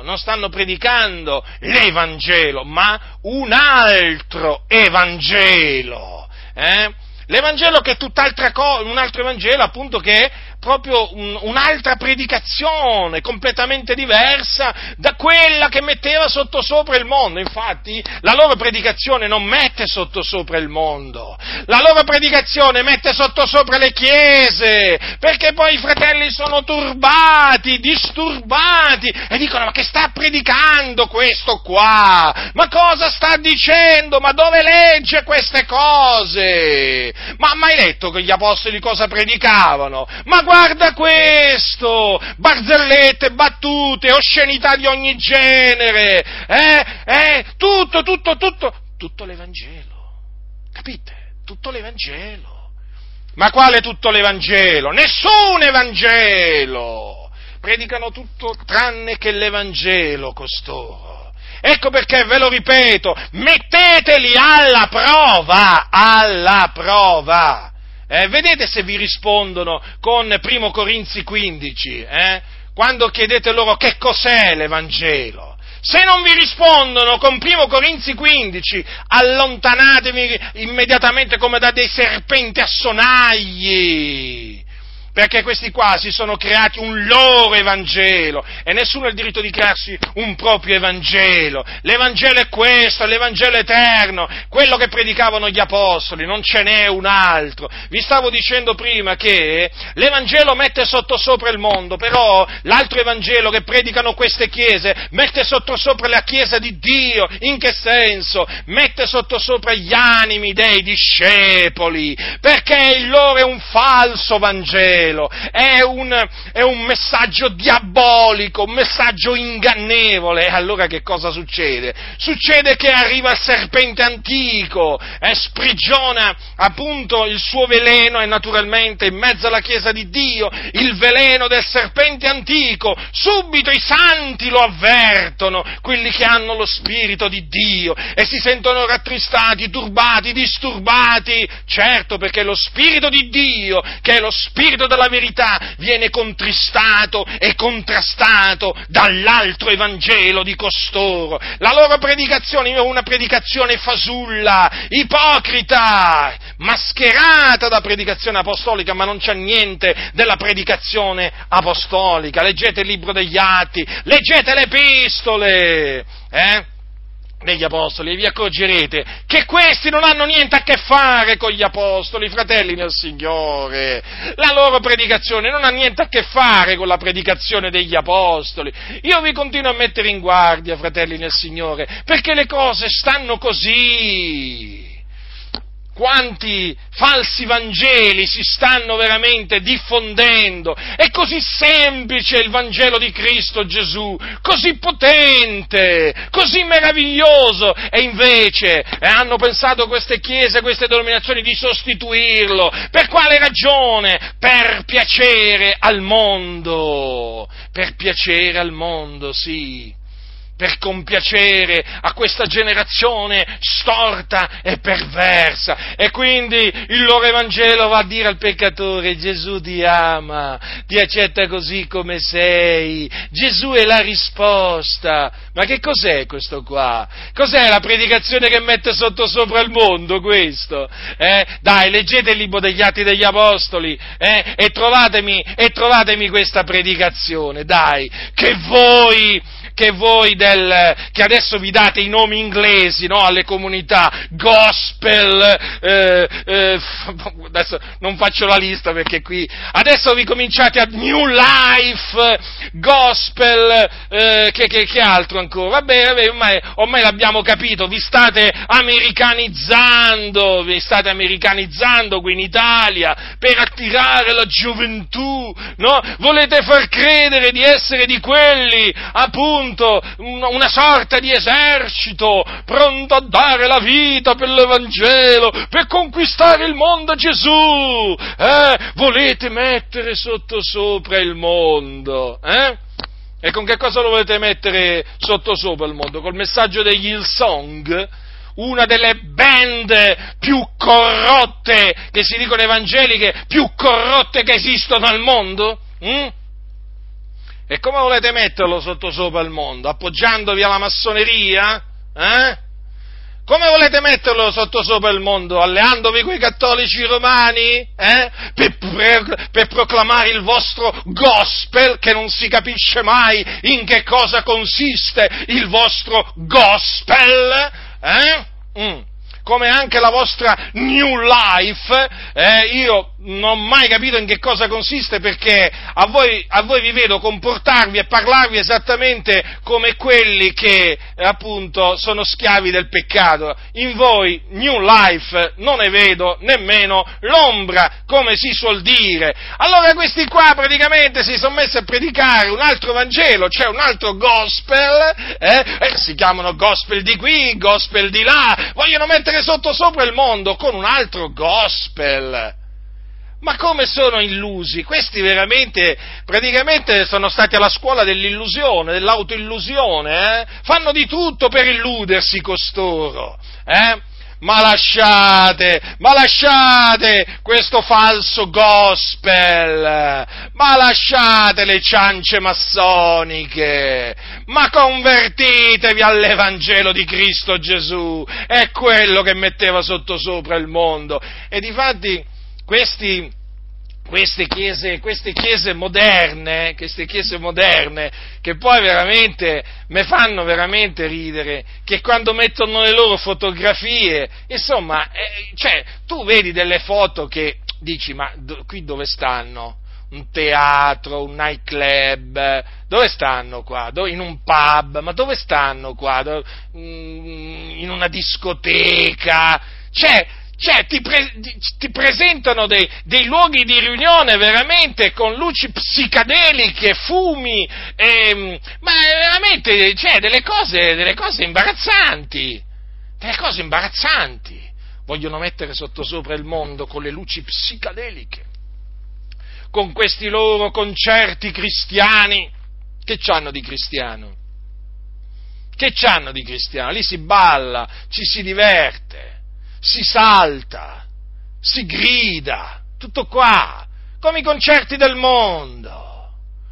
l'Evangelo, ma un altro Evangelo, L'Evangelo che è tutt'altra cosa, un altro Evangelo appunto che è proprio un'altra predicazione completamente diversa da quella che metteva sottosopra il mondo. Infatti la loro predicazione non mette sottosopra il mondo, la loro predicazione mette sottosopra le chiese, perché poi i fratelli sono turbati, disturbati e dicono: ma che sta predicando questo qua? Ma cosa sta dicendo? Ma dove legge queste cose? Ma ha mai letto che gli apostoli cosa predicavano? Ma guarda questo! Barzellette, battute, oscenità di ogni genere, tutto l'Evangelo, capite? Tutto l'Evangelo. Ma quale tutto l'Evangelo? Nessun Evangelo! Predicano tutto tranne che l'Evangelo costoro. Ecco perché, ve lo ripeto, metteteli alla prova. Vedete se vi rispondono con Primo Corinzi 15, quando chiedete loro che cos'è l'Evangelo. Se non vi rispondono con Primo Corinzi 15, allontanatevi immediatamente come da dei serpenti a sonagli, perché questi qua si sono creati un loro Evangelo e nessuno ha il diritto di crearsi un proprio Evangelo. L'Evangelo è questo, l'Evangelo eterno, quello che predicavano gli apostoli, non ce n'è un altro. Vi stavo dicendo prima che l'Evangelo mette sottosopra il mondo, però l'altro Evangelo che predicano queste chiese mette sottosopra la Chiesa di Dio. In che senso? Mette sottosopra gli animi dei discepoli, perché il loro è un falso Vangelo. Vangelo è un messaggio diabolico, un messaggio ingannevole. E allora che cosa succede? Succede che arriva il serpente antico, sprigiona appunto il suo veleno, e naturalmente in mezzo alla Chiesa di Dio il veleno del serpente antico, subito i santi lo avvertono, quelli che hanno lo Spirito di Dio, e si sentono rattristati, turbati, disturbati, certo, perché lo Spirito di Dio, che è lo Spirito della verità, viene contristato e contrastato dall'altro Evangelo di costoro. La loro predicazione è una predicazione fasulla, ipocrita, mascherata da predicazione apostolica, ma non c'è niente della predicazione apostolica. Leggete il libro degli Atti, leggete le epistole, degli apostoli, e vi accorgerete che questi non hanno niente a che fare con gli apostoli, fratelli nel Signore. La loro predicazione non ha niente a che fare con la predicazione degli apostoli. Io vi continuo a mettere in guardia, fratelli nel Signore, perché le cose stanno così. Quanti falsi Vangeli si stanno veramente diffondendo. È così semplice il Vangelo di Cristo Gesù, così potente, così meraviglioso, e invece hanno pensato queste chiese, queste denominazioni di sostituirlo. Per quale ragione? Per piacere al mondo, sì. Per compiacere a questa generazione storta e perversa, e quindi il loro Evangelo va a dire al peccatore: Gesù ti ama, ti accetta così come sei, Gesù è la risposta. Ma che cos'è questo qua? Cos'è la predicazione che mette sottosopra il mondo questo? Dai, leggete il libro degli Atti degli Apostoli, e trovatemi questa predicazione, dai, che voi che adesso vi date i nomi inglesi, no, alle comunità, gospel, adesso non faccio la lista perché qui, adesso vi cominciate a New Life, gospel, che altro ancora? Vabbè, ormai l'abbiamo capito, vi state americanizzando qui in Italia per attirare la gioventù, no? Volete far credere di essere di quelli, appunto, una sorta di esercito pronto a dare la vita per l'Evangelo, per conquistare il mondo a Gesù, volete mettere sottosopra il mondo, E con che cosa lo volete mettere sottosopra il mondo? Col messaggio degli Hillsong? Una delle band più corrotte, che si dicono evangeliche, più corrotte che esistono al mondo? E come volete metterlo sottosopra il mondo? Appoggiandovi alla massoneria? Come volete metterlo sottosopra il mondo? Alleandovi coi cattolici romani? Per proclamare il vostro gospel, che non si capisce mai in che cosa consiste il vostro gospel? Come anche la vostra New Life, io non ho mai capito in che cosa consiste, perché a voi vi vedo comportarvi e parlarvi esattamente come quelli che appunto sono schiavi del peccato. In voi New Life non ne vedo nemmeno l'ombra, come si suol dire. Allora questi qua praticamente si sono messi a predicare un altro Vangelo, cioè un altro gospel, si chiamano gospel di qui, gospel di là, vogliono mettere sottosopra il mondo con un altro gospel. Ma come sono illusi? Questi praticamente sono stati alla scuola dell'illusione, dell'autoillusione, Fanno di tutto per illudersi costoro, Ma lasciate questo falso gospel, ma lasciate le ciance massoniche, ma convertitevi all'Evangelo di Cristo Gesù, è quello che metteva sottosopra il mondo. E difatti queste chiese moderne, che poi veramente me fanno veramente ridere, che quando mettono le loro fotografie, insomma, tu vedi delle foto che dici: ma qui dove stanno? Un teatro, un nightclub, dove stanno qua? In un pub, ma dove stanno qua? In una discoteca? Cioè, ti presentano dei luoghi di riunione veramente con luci psicadeliche, fumi, ma veramente, cioè, delle cose imbarazzanti. Delle cose imbarazzanti. Vogliono mettere sottosopra il mondo con le luci psicadeliche, con questi loro concerti cristiani. Che c'hanno di cristiano? Che c'hanno di cristiano? Lì si balla, ci si diverte, si salta, si grida, tutto qua, come i concerti del mondo.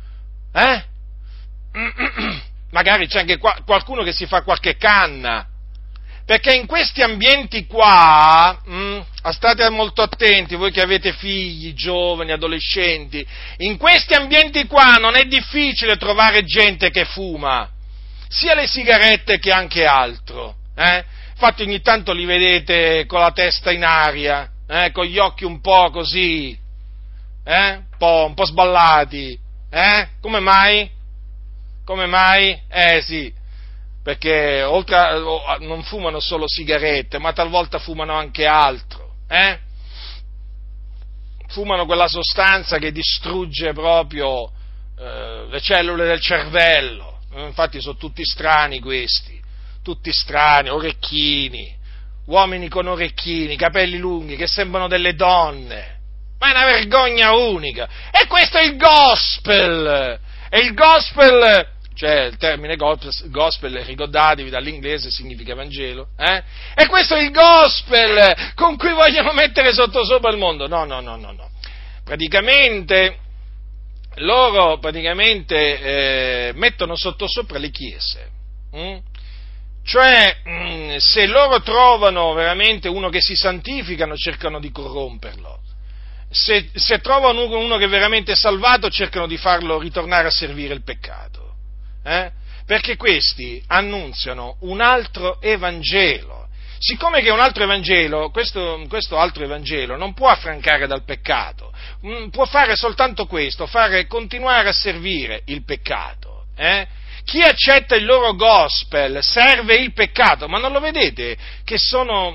Magari c'è anche qualcuno che si fa qualche canna, perché in questi ambienti qua, state molto attenti, voi che avete figli, giovani, adolescenti, in questi ambienti qua non è difficile trovare gente che fuma, sia le sigarette che anche altro, Infatti ogni tanto li vedete con la testa in aria, con gli occhi un po' così, un po' sballati, Come mai? Come mai? Sì, perché non fumano solo sigarette, ma talvolta fumano anche altro, Fumano quella sostanza che distrugge proprio le cellule del cervello. Infatti sono tutti strani questi, tutti strani, orecchini, uomini con orecchini, capelli lunghi, che sembrano delle donne, ma è una vergogna unica, e questo è il gospel, cioè il termine gospel, ricordatevi, dall'inglese significa Vangelo, e questo è il gospel con cui vogliono mettere sottosopra il mondo, no, loro mettono sottosopra le chiese, cioè se loro trovano veramente uno che si santificano, cercano di corromperlo, se trovano uno che è veramente salvato, cercano di farlo ritornare a servire il peccato, perché questi annunziano un altro Evangelo. Siccome che è un altro Evangelo, questo altro Evangelo non può affrancare dal peccato, può fare soltanto questo, fare continuare a servire il peccato. Chi accetta il loro gospel serve il peccato, ma non lo vedete che sono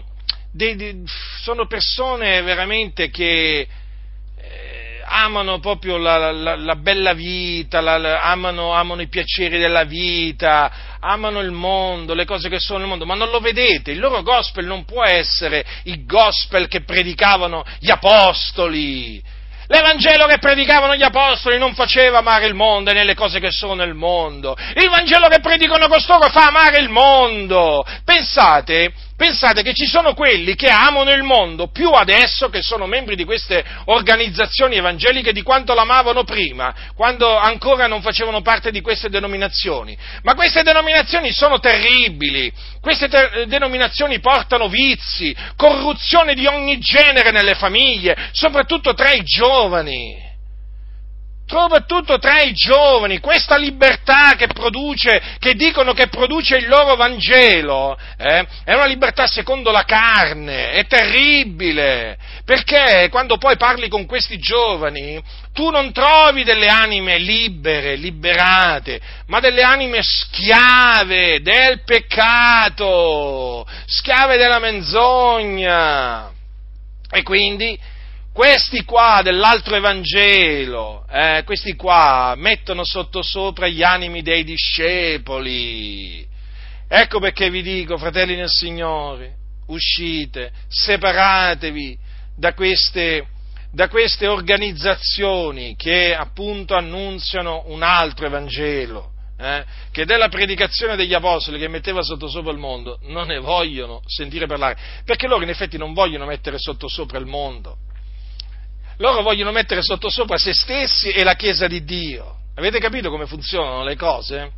persone veramente che amano proprio la bella vita, amano i piaceri della vita, amano il mondo, le cose che sono nel mondo, ma non lo vedete, il loro gospel non può essere il gospel che predicavano gli apostoli. L'Evangelo che predicavano gli apostoli non faceva amare il mondo e nelle cose che sono nel mondo. Il Vangelo che predicano costoro fa amare il mondo. Pensate che ci sono quelli che amano il mondo più adesso che sono membri di queste organizzazioni evangeliche di quanto l'amavano prima, quando ancora non facevano parte di queste denominazioni. Ma queste denominazioni sono terribili. Queste denominazioni portano vizi, corruzione di ogni genere nelle famiglie, soprattutto tra i giovani. Soprattutto tra i giovani, questa libertà che dicono che produce il loro Vangelo, è una libertà secondo la carne, è terribile, perché quando poi parli con questi giovani, tu non trovi delle anime libere, liberate, ma delle anime schiave del peccato, schiave della menzogna, e quindi questi qua dell'altro Evangelo, questi qua mettono sottosopra gli animi dei discepoli. Ecco perché vi dico, fratelli nel Signore, uscite, separatevi da queste organizzazioni che appunto annunziano un altro Evangelo, che della predicazione degli apostoli che metteva sottosopra il mondo non ne vogliono sentire parlare, perché loro in effetti non vogliono mettere sottosopra il mondo. Loro vogliono mettere sottosopra se stessi e la Chiesa di Dio. Avete capito come funzionano le cose?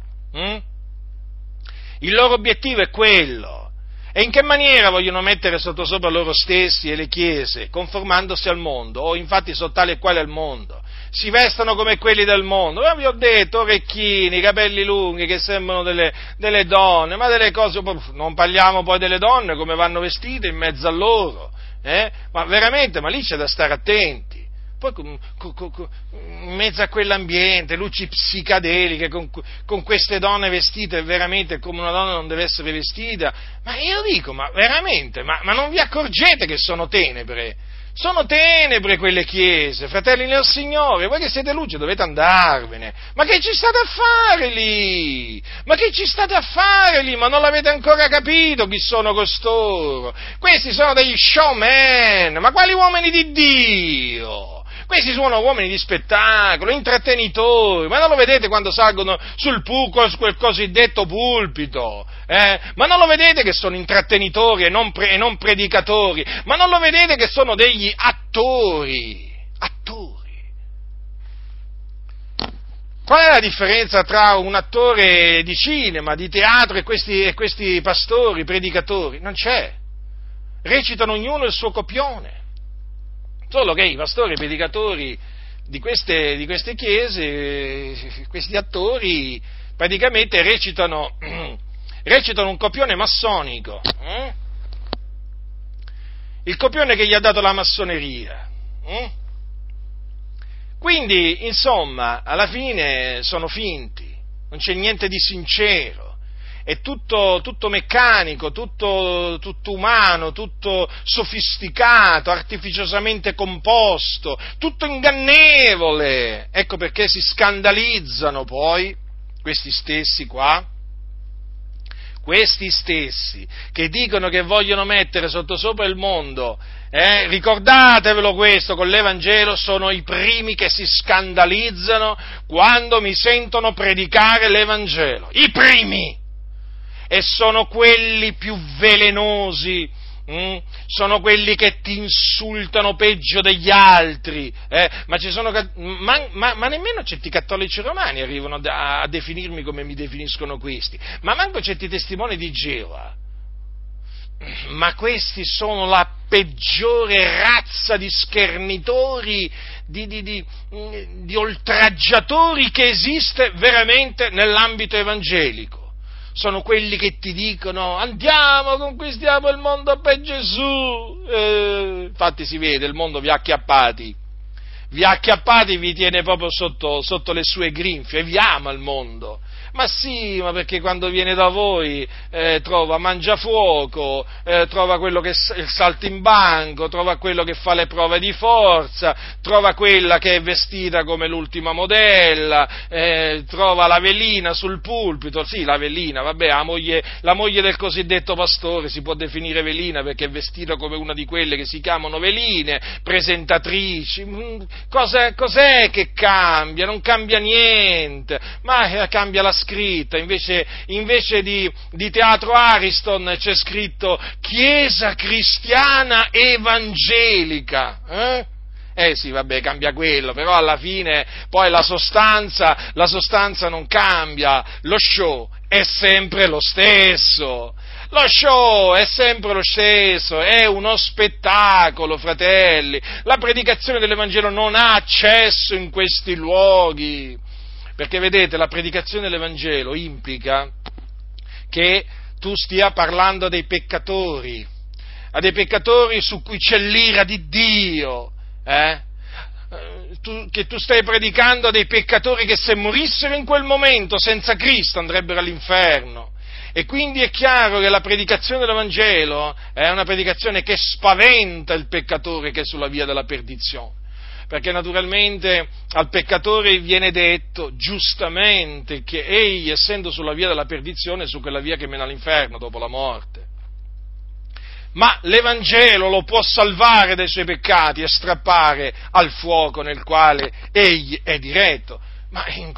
Il loro obiettivo è quello. E in che maniera vogliono mettere sottosopra loro stessi e le chiese? Conformandosi al mondo, o infatti sono tali e quali al mondo. Si vestono come quelli del mondo. Ma vi ho detto, orecchini, capelli lunghi che sembrano delle donne, ma delle cose, non parliamo poi delle donne come vanno vestite in mezzo a loro. Ma veramente, ma lì c'è da stare attenti, poi in mezzo a quell'ambiente, luci psicadeliche, con queste donne vestite veramente come una donna non deve essere vestita, ma io dico, ma veramente, ma non vi accorgete che sono tenebre? Sono tenebre quelle chiese, fratelli nel Signore, voi che siete luce dovete andarvene, ma che ci state a fare lì? Ma che ci state a fare lì? Ma non l'avete ancora capito chi sono costoro? Questi sono degli showman, ma quali uomini di Dio? Questi sono uomini di spettacolo, intrattenitori, ma non lo vedete quando salgono sul quel cosiddetto pulpito? Ma non lo vedete che sono intrattenitori e non predicatori? Ma non lo vedete che sono degli attori? Attori. Qual è la differenza tra un attore di cinema, di teatro e questi pastori, predicatori? Non c'è. Recitano ognuno il suo copione. Solo che i pastori e i predicatori di queste chiese, questi attori, praticamente recitano un copione massonico, il copione che gli ha dato la massoneria. Quindi, insomma, alla fine sono finti, non c'è niente di sincero. È tutto meccanico, tutto umano, tutto sofisticato, artificiosamente composto, tutto ingannevole. Ecco perché si scandalizzano poi questi stessi che dicono che vogliono mettere sottosopra il mondo, ricordatevelo questo, con l'Evangelo sono i primi che si scandalizzano quando mi sentono predicare l'Evangelo, i primi! E sono quelli più velenosi, sono quelli che ti insultano peggio degli altri, ma nemmeno certi cattolici romani arrivano a definirmi come mi definiscono questi, ma manco certi testimoni di Geova. Ma questi sono la peggiore razza di schernitori, di oltraggiatori che esiste veramente nell'ambito evangelico. Sono quelli che ti dicono andiamo, conquistiamo il mondo per Gesù. Infatti si vede, il mondo vi ha acchiappati, vi tiene proprio sotto le sue grinfie, vi ama il mondo. Ma sì, ma perché quando viene da voi trova mangiafuoco, trova quello che salta in banco, trova quello che fa le prove di forza, trova quella che è vestita come l'ultima modella, trova la velina sul pulpito, sì, la velina, vabbè, la moglie del cosiddetto pastore si può definire velina perché è vestita come una di quelle che si chiamano veline, presentatrici. Cos'è che cambia? Non cambia niente, ma cambia la scritta, invece di Teatro Ariston c'è scritto Chiesa Cristiana Evangelica, sì, vabbè, cambia quello, però alla fine poi la sostanza non cambia, lo show è sempre lo stesso. Lo show è sempre lo stesso, è uno spettacolo, fratelli. La predicazione dell'Evangelo non ha accesso in questi luoghi, perché vedete, la predicazione dell'Evangelo implica che tu stia parlando a dei peccatori su cui c'è l'ira di Dio, che tu stai predicando a dei peccatori che se morissero in quel momento senza Cristo andrebbero all'inferno. E quindi è chiaro che la predicazione dell'Evangelo è una predicazione che spaventa il peccatore che è sulla via della perdizione, perché naturalmente al peccatore viene detto giustamente che egli, essendo sulla via della perdizione, è su quella via che mena all'inferno dopo la morte. Ma l'Evangelo lo può salvare dai suoi peccati e strappare al fuoco nel quale egli è diretto. Ma in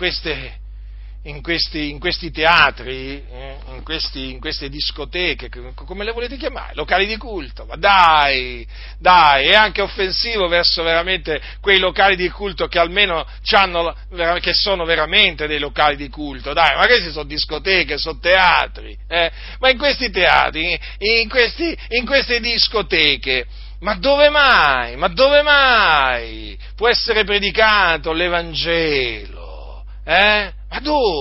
questi teatri, in queste discoteche, come le volete chiamare? Locali di culto? Ma dai, è anche offensivo verso veramente quei locali di culto che almeno che sono veramente dei locali di culto, dai, ma questi sono discoteche, sono teatri, ma in questi teatri, in queste discoteche, ma dove mai può essere predicato l'Evangelo? Ma dove?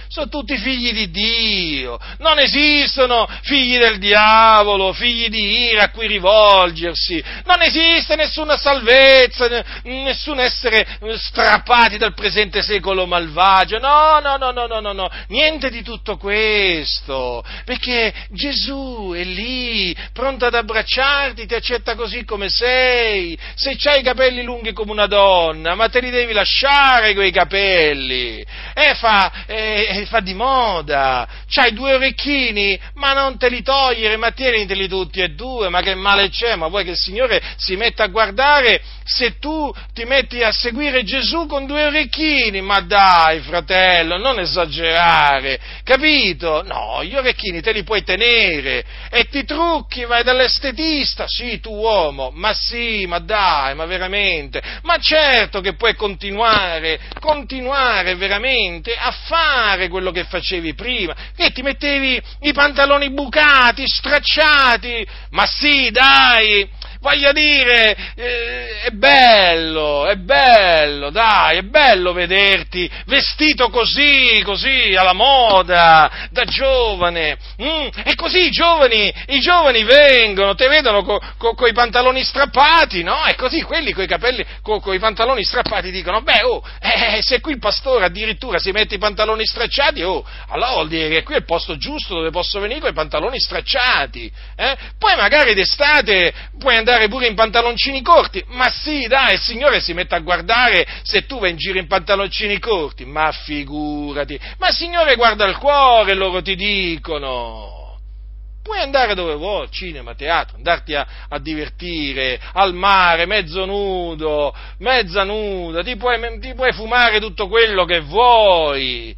sono tutti figli di Dio, non esistono figli del diavolo, figli di ira a cui rivolgersi, non esiste nessuna salvezza, nessun essere strappati dal presente secolo malvagio, no, niente di tutto questo, perché Gesù è lì, pronto ad abbracciarti, ti accetta così come sei, se c'hai i capelli lunghi come una donna, ma te li devi lasciare quei capelli, fa di moda, c'hai 2 orecchini, ma non te li togliere, ma tieniteli tutti e 2, ma che male c'è, ma vuoi che il Signore si metta a guardare se tu ti metti a seguire Gesù con 2 orecchini? Ma dai, fratello, non esagerare, capito? No, gli orecchini te li puoi tenere e ti trucchi, vai dall'estetista, sì, tu uomo, ma sì, ma dai, ma veramente, ma certo che puoi continuare veramente a fare quello che facevi prima, che ti mettevi i pantaloni bucati, stracciati, ma sì, dai, voglio dire, è bello, dai, è bello vederti vestito così, alla moda, da giovane, e così i giovani vengono, te vedono coi pantaloni strappati, no? E così quelli coi capelli, coi pantaloni strappati dicono, se qui il pastore addirittura si mette i pantaloni stracciati, allora vuol dire che qui è il posto giusto dove posso venire con i pantaloni stracciati, Poi magari d'estate puoi andare pure in pantaloncini corti, ma sì, dai, il Signore si mette a guardare se tu vai in giro in pantaloncini corti, ma figurati, ma il Signore guarda il cuore, loro ti dicono. Puoi andare dove vuoi, cinema, teatro, andarti a divertire, al mare, mezzo nudo, mezza nuda, ti puoi fumare tutto quello che vuoi,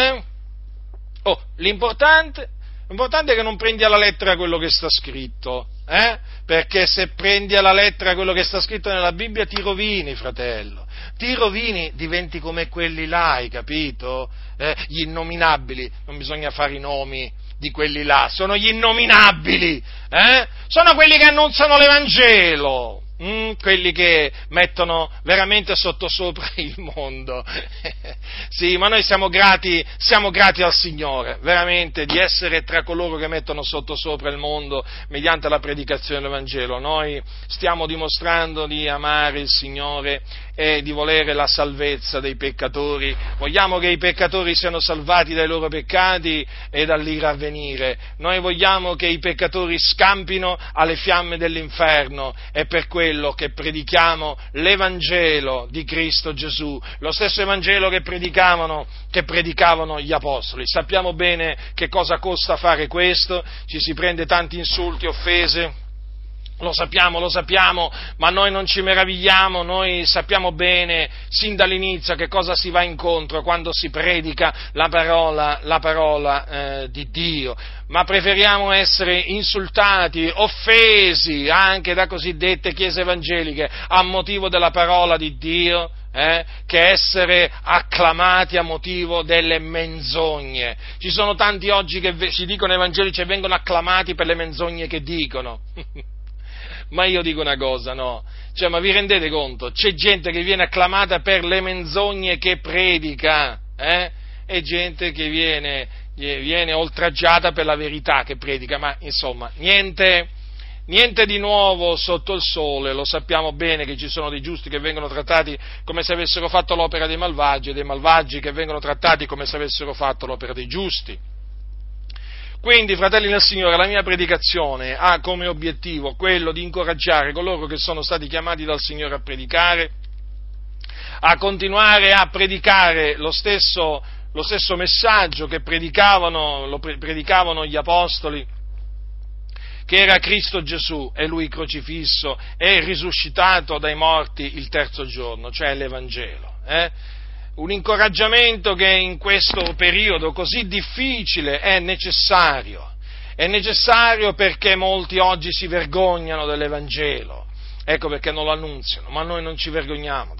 l'importante è che non prendi alla lettera quello che sta scritto, perché se prendi alla lettera quello che sta scritto nella Bibbia ti rovini, fratello, diventi come quelli là, hai capito? Gli innominabili, non bisogna fare i nomi di quelli là, sono gli innominabili, sono quelli che annunciano l'Evangelo, quelli che mettono veramente sottosopra il mondo. Sì, ma noi siamo grati al Signore, veramente, di essere tra coloro che mettono sottosopra il mondo mediante la predicazione dell'Evangelo. Noi stiamo dimostrando di amare il Signore e di volere la salvezza dei peccatori. Vogliamo che i peccatori siano salvati dai loro peccati e dall'ira a venire. Noi vogliamo che i peccatori scampino alle fiamme dell'inferno, e per quello che predichiamo l'Evangelo di Cristo Gesù, lo stesso Evangelo che predicavano gli apostoli. Sappiamo bene che cosa costa fare questo, ci si prende tanti insulti, offese. Lo sappiamo, ma noi non ci meravigliamo, noi sappiamo bene, sin dall'inizio, che cosa si va incontro quando si predica la parola di Dio, ma preferiamo essere insultati, offesi, anche da cosiddette chiese evangeliche, a motivo della parola di Dio, che essere acclamati a motivo delle menzogne. Ci sono tanti oggi che si dicono evangelici e vengono acclamati per le menzogne che dicono. Ma io dico una cosa, no? Ma vi rendete conto? C'è gente che viene acclamata per le menzogne che predica, e gente che viene oltraggiata per la verità che predica, ma insomma, niente di nuovo sotto il sole. Lo sappiamo bene che ci sono dei giusti che vengono trattati come se avessero fatto l'opera dei malvagi, e dei malvagi che vengono trattati come se avessero fatto l'opera dei giusti. Quindi, fratelli del Signore, la mia predicazione ha come obiettivo quello di incoraggiare coloro che sono stati chiamati dal Signore a predicare, a continuare a predicare lo stesso messaggio che predicavano gli apostoli, che era Cristo Gesù e Lui crocifisso e risuscitato dai morti il terzo giorno, cioè l'Evangelo. Un incoraggiamento che in questo periodo così difficile è necessario perché molti oggi si vergognano dell'Evangelo, ecco perché non lo annunziano, ma noi non ci vergogniamo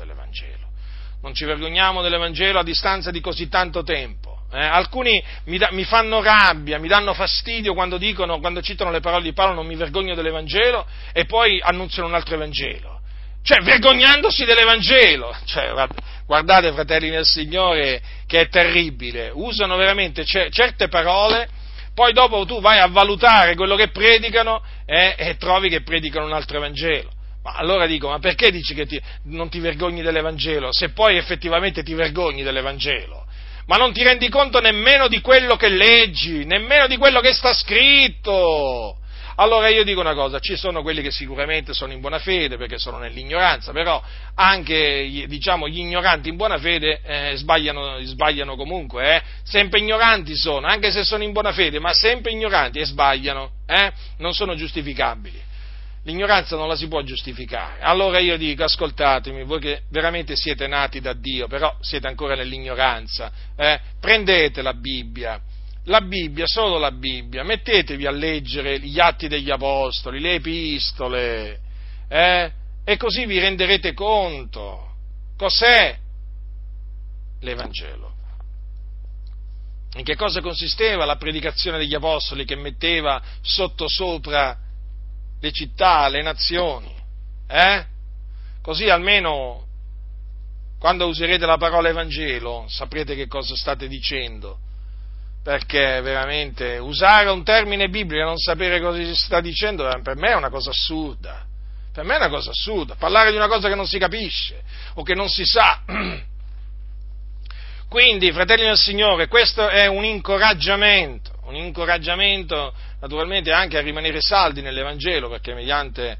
dell'Evangelo a distanza di così tanto tempo. Alcuni mi fanno rabbia, mi danno fastidio quando citano le parole di Paolo, non mi vergogno dell'Evangelo, e poi annunziano un altro Evangelo. cioè vergognandosi dell'Evangelo. Cioè, guardate, fratelli nel Signore, che è terribile, usano veramente certe parole, poi dopo tu vai a valutare quello che predicano e trovi che predicano un altro Evangelo. Ma allora dico, ma perché dici che non ti vergogni dell'Evangelo, se poi effettivamente ti vergogni dell'Evangelo? Ma non ti rendi conto nemmeno di quello che leggi, nemmeno di quello che sta scritto. Allora io dico una cosa, ci sono quelli che sicuramente sono in buona fede perché sono nell'ignoranza, però anche, diciamo, gli ignoranti in buona fede sbagliano comunque, sempre ignoranti sono, anche se sono in buona fede, ma sempre ignoranti e sbagliano, non sono giustificabili. L'ignoranza non la si può giustificare. Allora io dico, ascoltatemi, voi che veramente siete nati da Dio, però siete ancora nell'ignoranza, prendete la Bibbia, solo la Bibbia, mettetevi a leggere gli Atti degli Apostoli, le Epistole, e così vi renderete conto cos'è l'Evangelo. In che cosa consisteva la predicazione degli Apostoli che metteva sottosopra le città, le nazioni, Così almeno quando userete la parola Evangelo saprete che cosa state dicendo, perché veramente usare un termine biblico e non sapere cosa si sta dicendo per me è una cosa assurda, parlare di una cosa che non si capisce o che non si sa. Quindi, fratelli del Signore, questo è un incoraggiamento naturalmente anche a rimanere saldi nell'Evangelo, perché mediante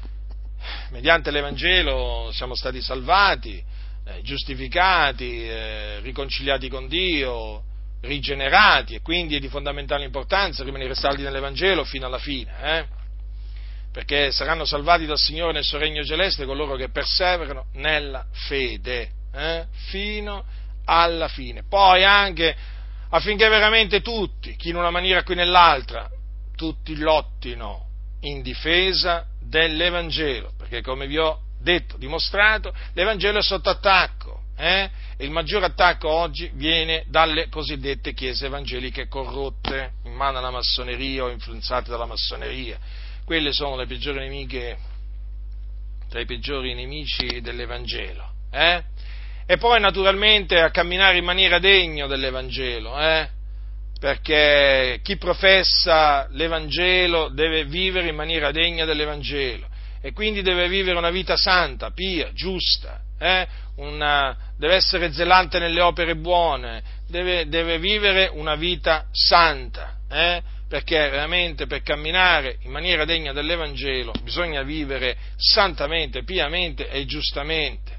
l'Evangelo siamo stati salvati, giustificati, riconciliati con Dio, rigenerati, e quindi è di fondamentale importanza rimanere saldi nell'Evangelo fino alla fine, perché saranno salvati dal Signore nel suo regno celeste coloro che perseverano nella fede, fino alla fine. Poi anche affinché veramente tutti, chi in una maniera qui nell'altra, tutti lottino in difesa dell'Evangelo, perché come vi ho detto, dimostrato, l'Evangelo è sotto attacco, e il maggior attacco oggi viene dalle cosiddette chiese evangeliche corrotte, in mano alla massoneria o influenzate dalla massoneria. Quelle sono le peggiori nemiche, tra i peggiori nemici dell'Evangelo, E poi naturalmente a camminare in maniera degna dell'Evangelo, perché chi professa l'Evangelo deve vivere in maniera degna dell'Evangelo e quindi deve vivere una vita santa, pia, giusta, deve essere zelante nelle opere buone, deve vivere una vita santa, perché veramente per camminare in maniera degna dell'Evangelo bisogna vivere santamente, piamente e giustamente,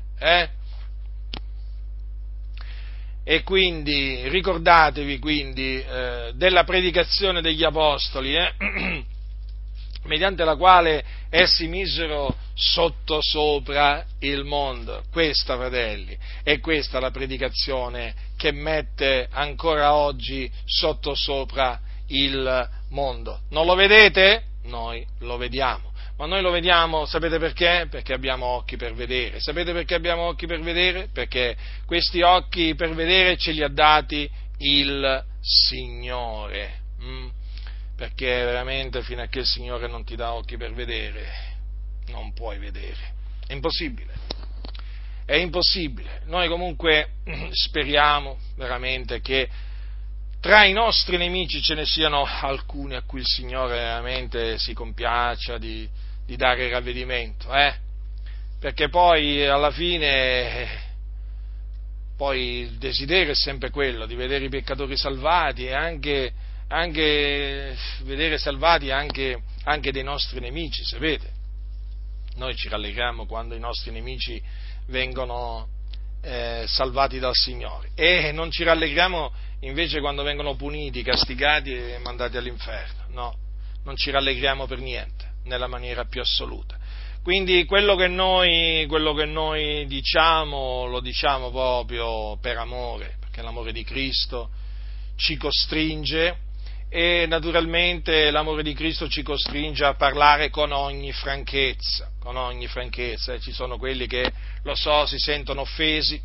E quindi ricordatevi della predicazione degli Apostoli, mediante la quale essi misero sottosopra il mondo. Questa, fratelli, è questa la predicazione che mette ancora oggi sottosopra il mondo. Non lo vedete? Noi lo vediamo. Ma noi lo vediamo, sapete perché? Perché abbiamo occhi per vedere. Sapete perché abbiamo occhi per vedere? Perché questi occhi per vedere ce li ha dati il Signore. Perché veramente fino a che il Signore non ti dà occhi per vedere, non puoi vedere. È impossibile. È impossibile. Noi comunque speriamo veramente che tra i nostri nemici ce ne siano alcuni a cui il Signore veramente si compiaccia di dare ravvedimento, perché poi alla fine poi il desiderio è sempre quello di vedere i peccatori salvati e anche vedere salvati anche dei nostri nemici, sapete? Noi ci rallegriamo quando i nostri nemici vengono salvati dal Signore e non ci rallegriamo invece quando vengono puniti, castigati e mandati all'inferno. No, non ci rallegriamo per niente, nella maniera più assoluta. Quindi quello che noi diciamo, lo diciamo proprio per amore, perché l'amore di Cristo ci costringe e naturalmente l'amore di Cristo ci costringe a parlare con ogni franchezza. Ci sono quelli che, lo so, si sentono offesi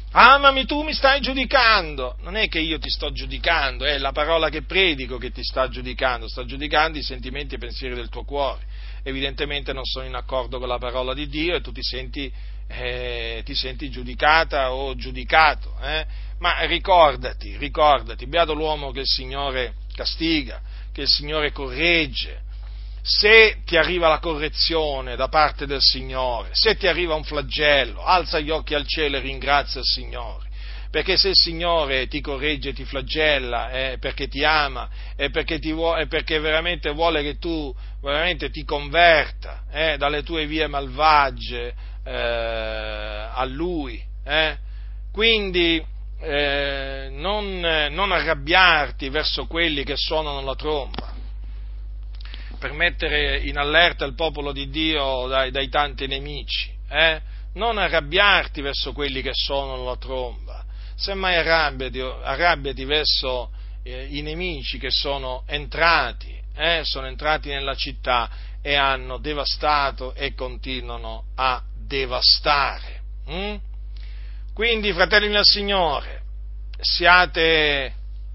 Amami, tu mi stai giudicando. Non è che io ti sto giudicando, è la parola che predico che ti sta giudicando i sentimenti e i pensieri del tuo cuore. Evidentemente non sono in accordo con la parola di Dio e tu ti senti giudicata o giudicato. Ma ricordati, beato l'uomo che il Signore castiga, che il Signore corregge. Se ti arriva la correzione da parte del Signore, se ti arriva un flagello, alza gli occhi al cielo e ringrazia il Signore, perché se il Signore ti corregge e ti flagella è perché ti ama, è perché veramente vuole che tu veramente ti converta dalle tue vie malvagie a Lui. Quindi non arrabbiarti verso quelli che suonano la tromba, per mettere in allerta il popolo di Dio dai tanti nemici. Non arrabbiarti verso quelli che suonano la tromba, semmai arrabbiati verso i nemici che sono entrati nella città e hanno devastato e continuano a devastare. Quindi, fratelli nel Signore, siate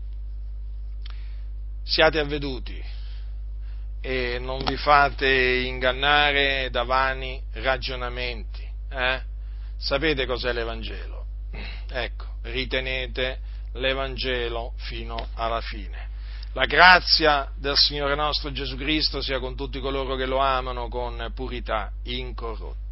avveduti e non vi fate ingannare da vani ragionamenti. Sapete cos'è l'Evangelo? Ecco, ritenete l'Evangelo fino alla fine. La grazia del Signore nostro Gesù Cristo sia con tutti coloro che lo amano con purità incorrotta.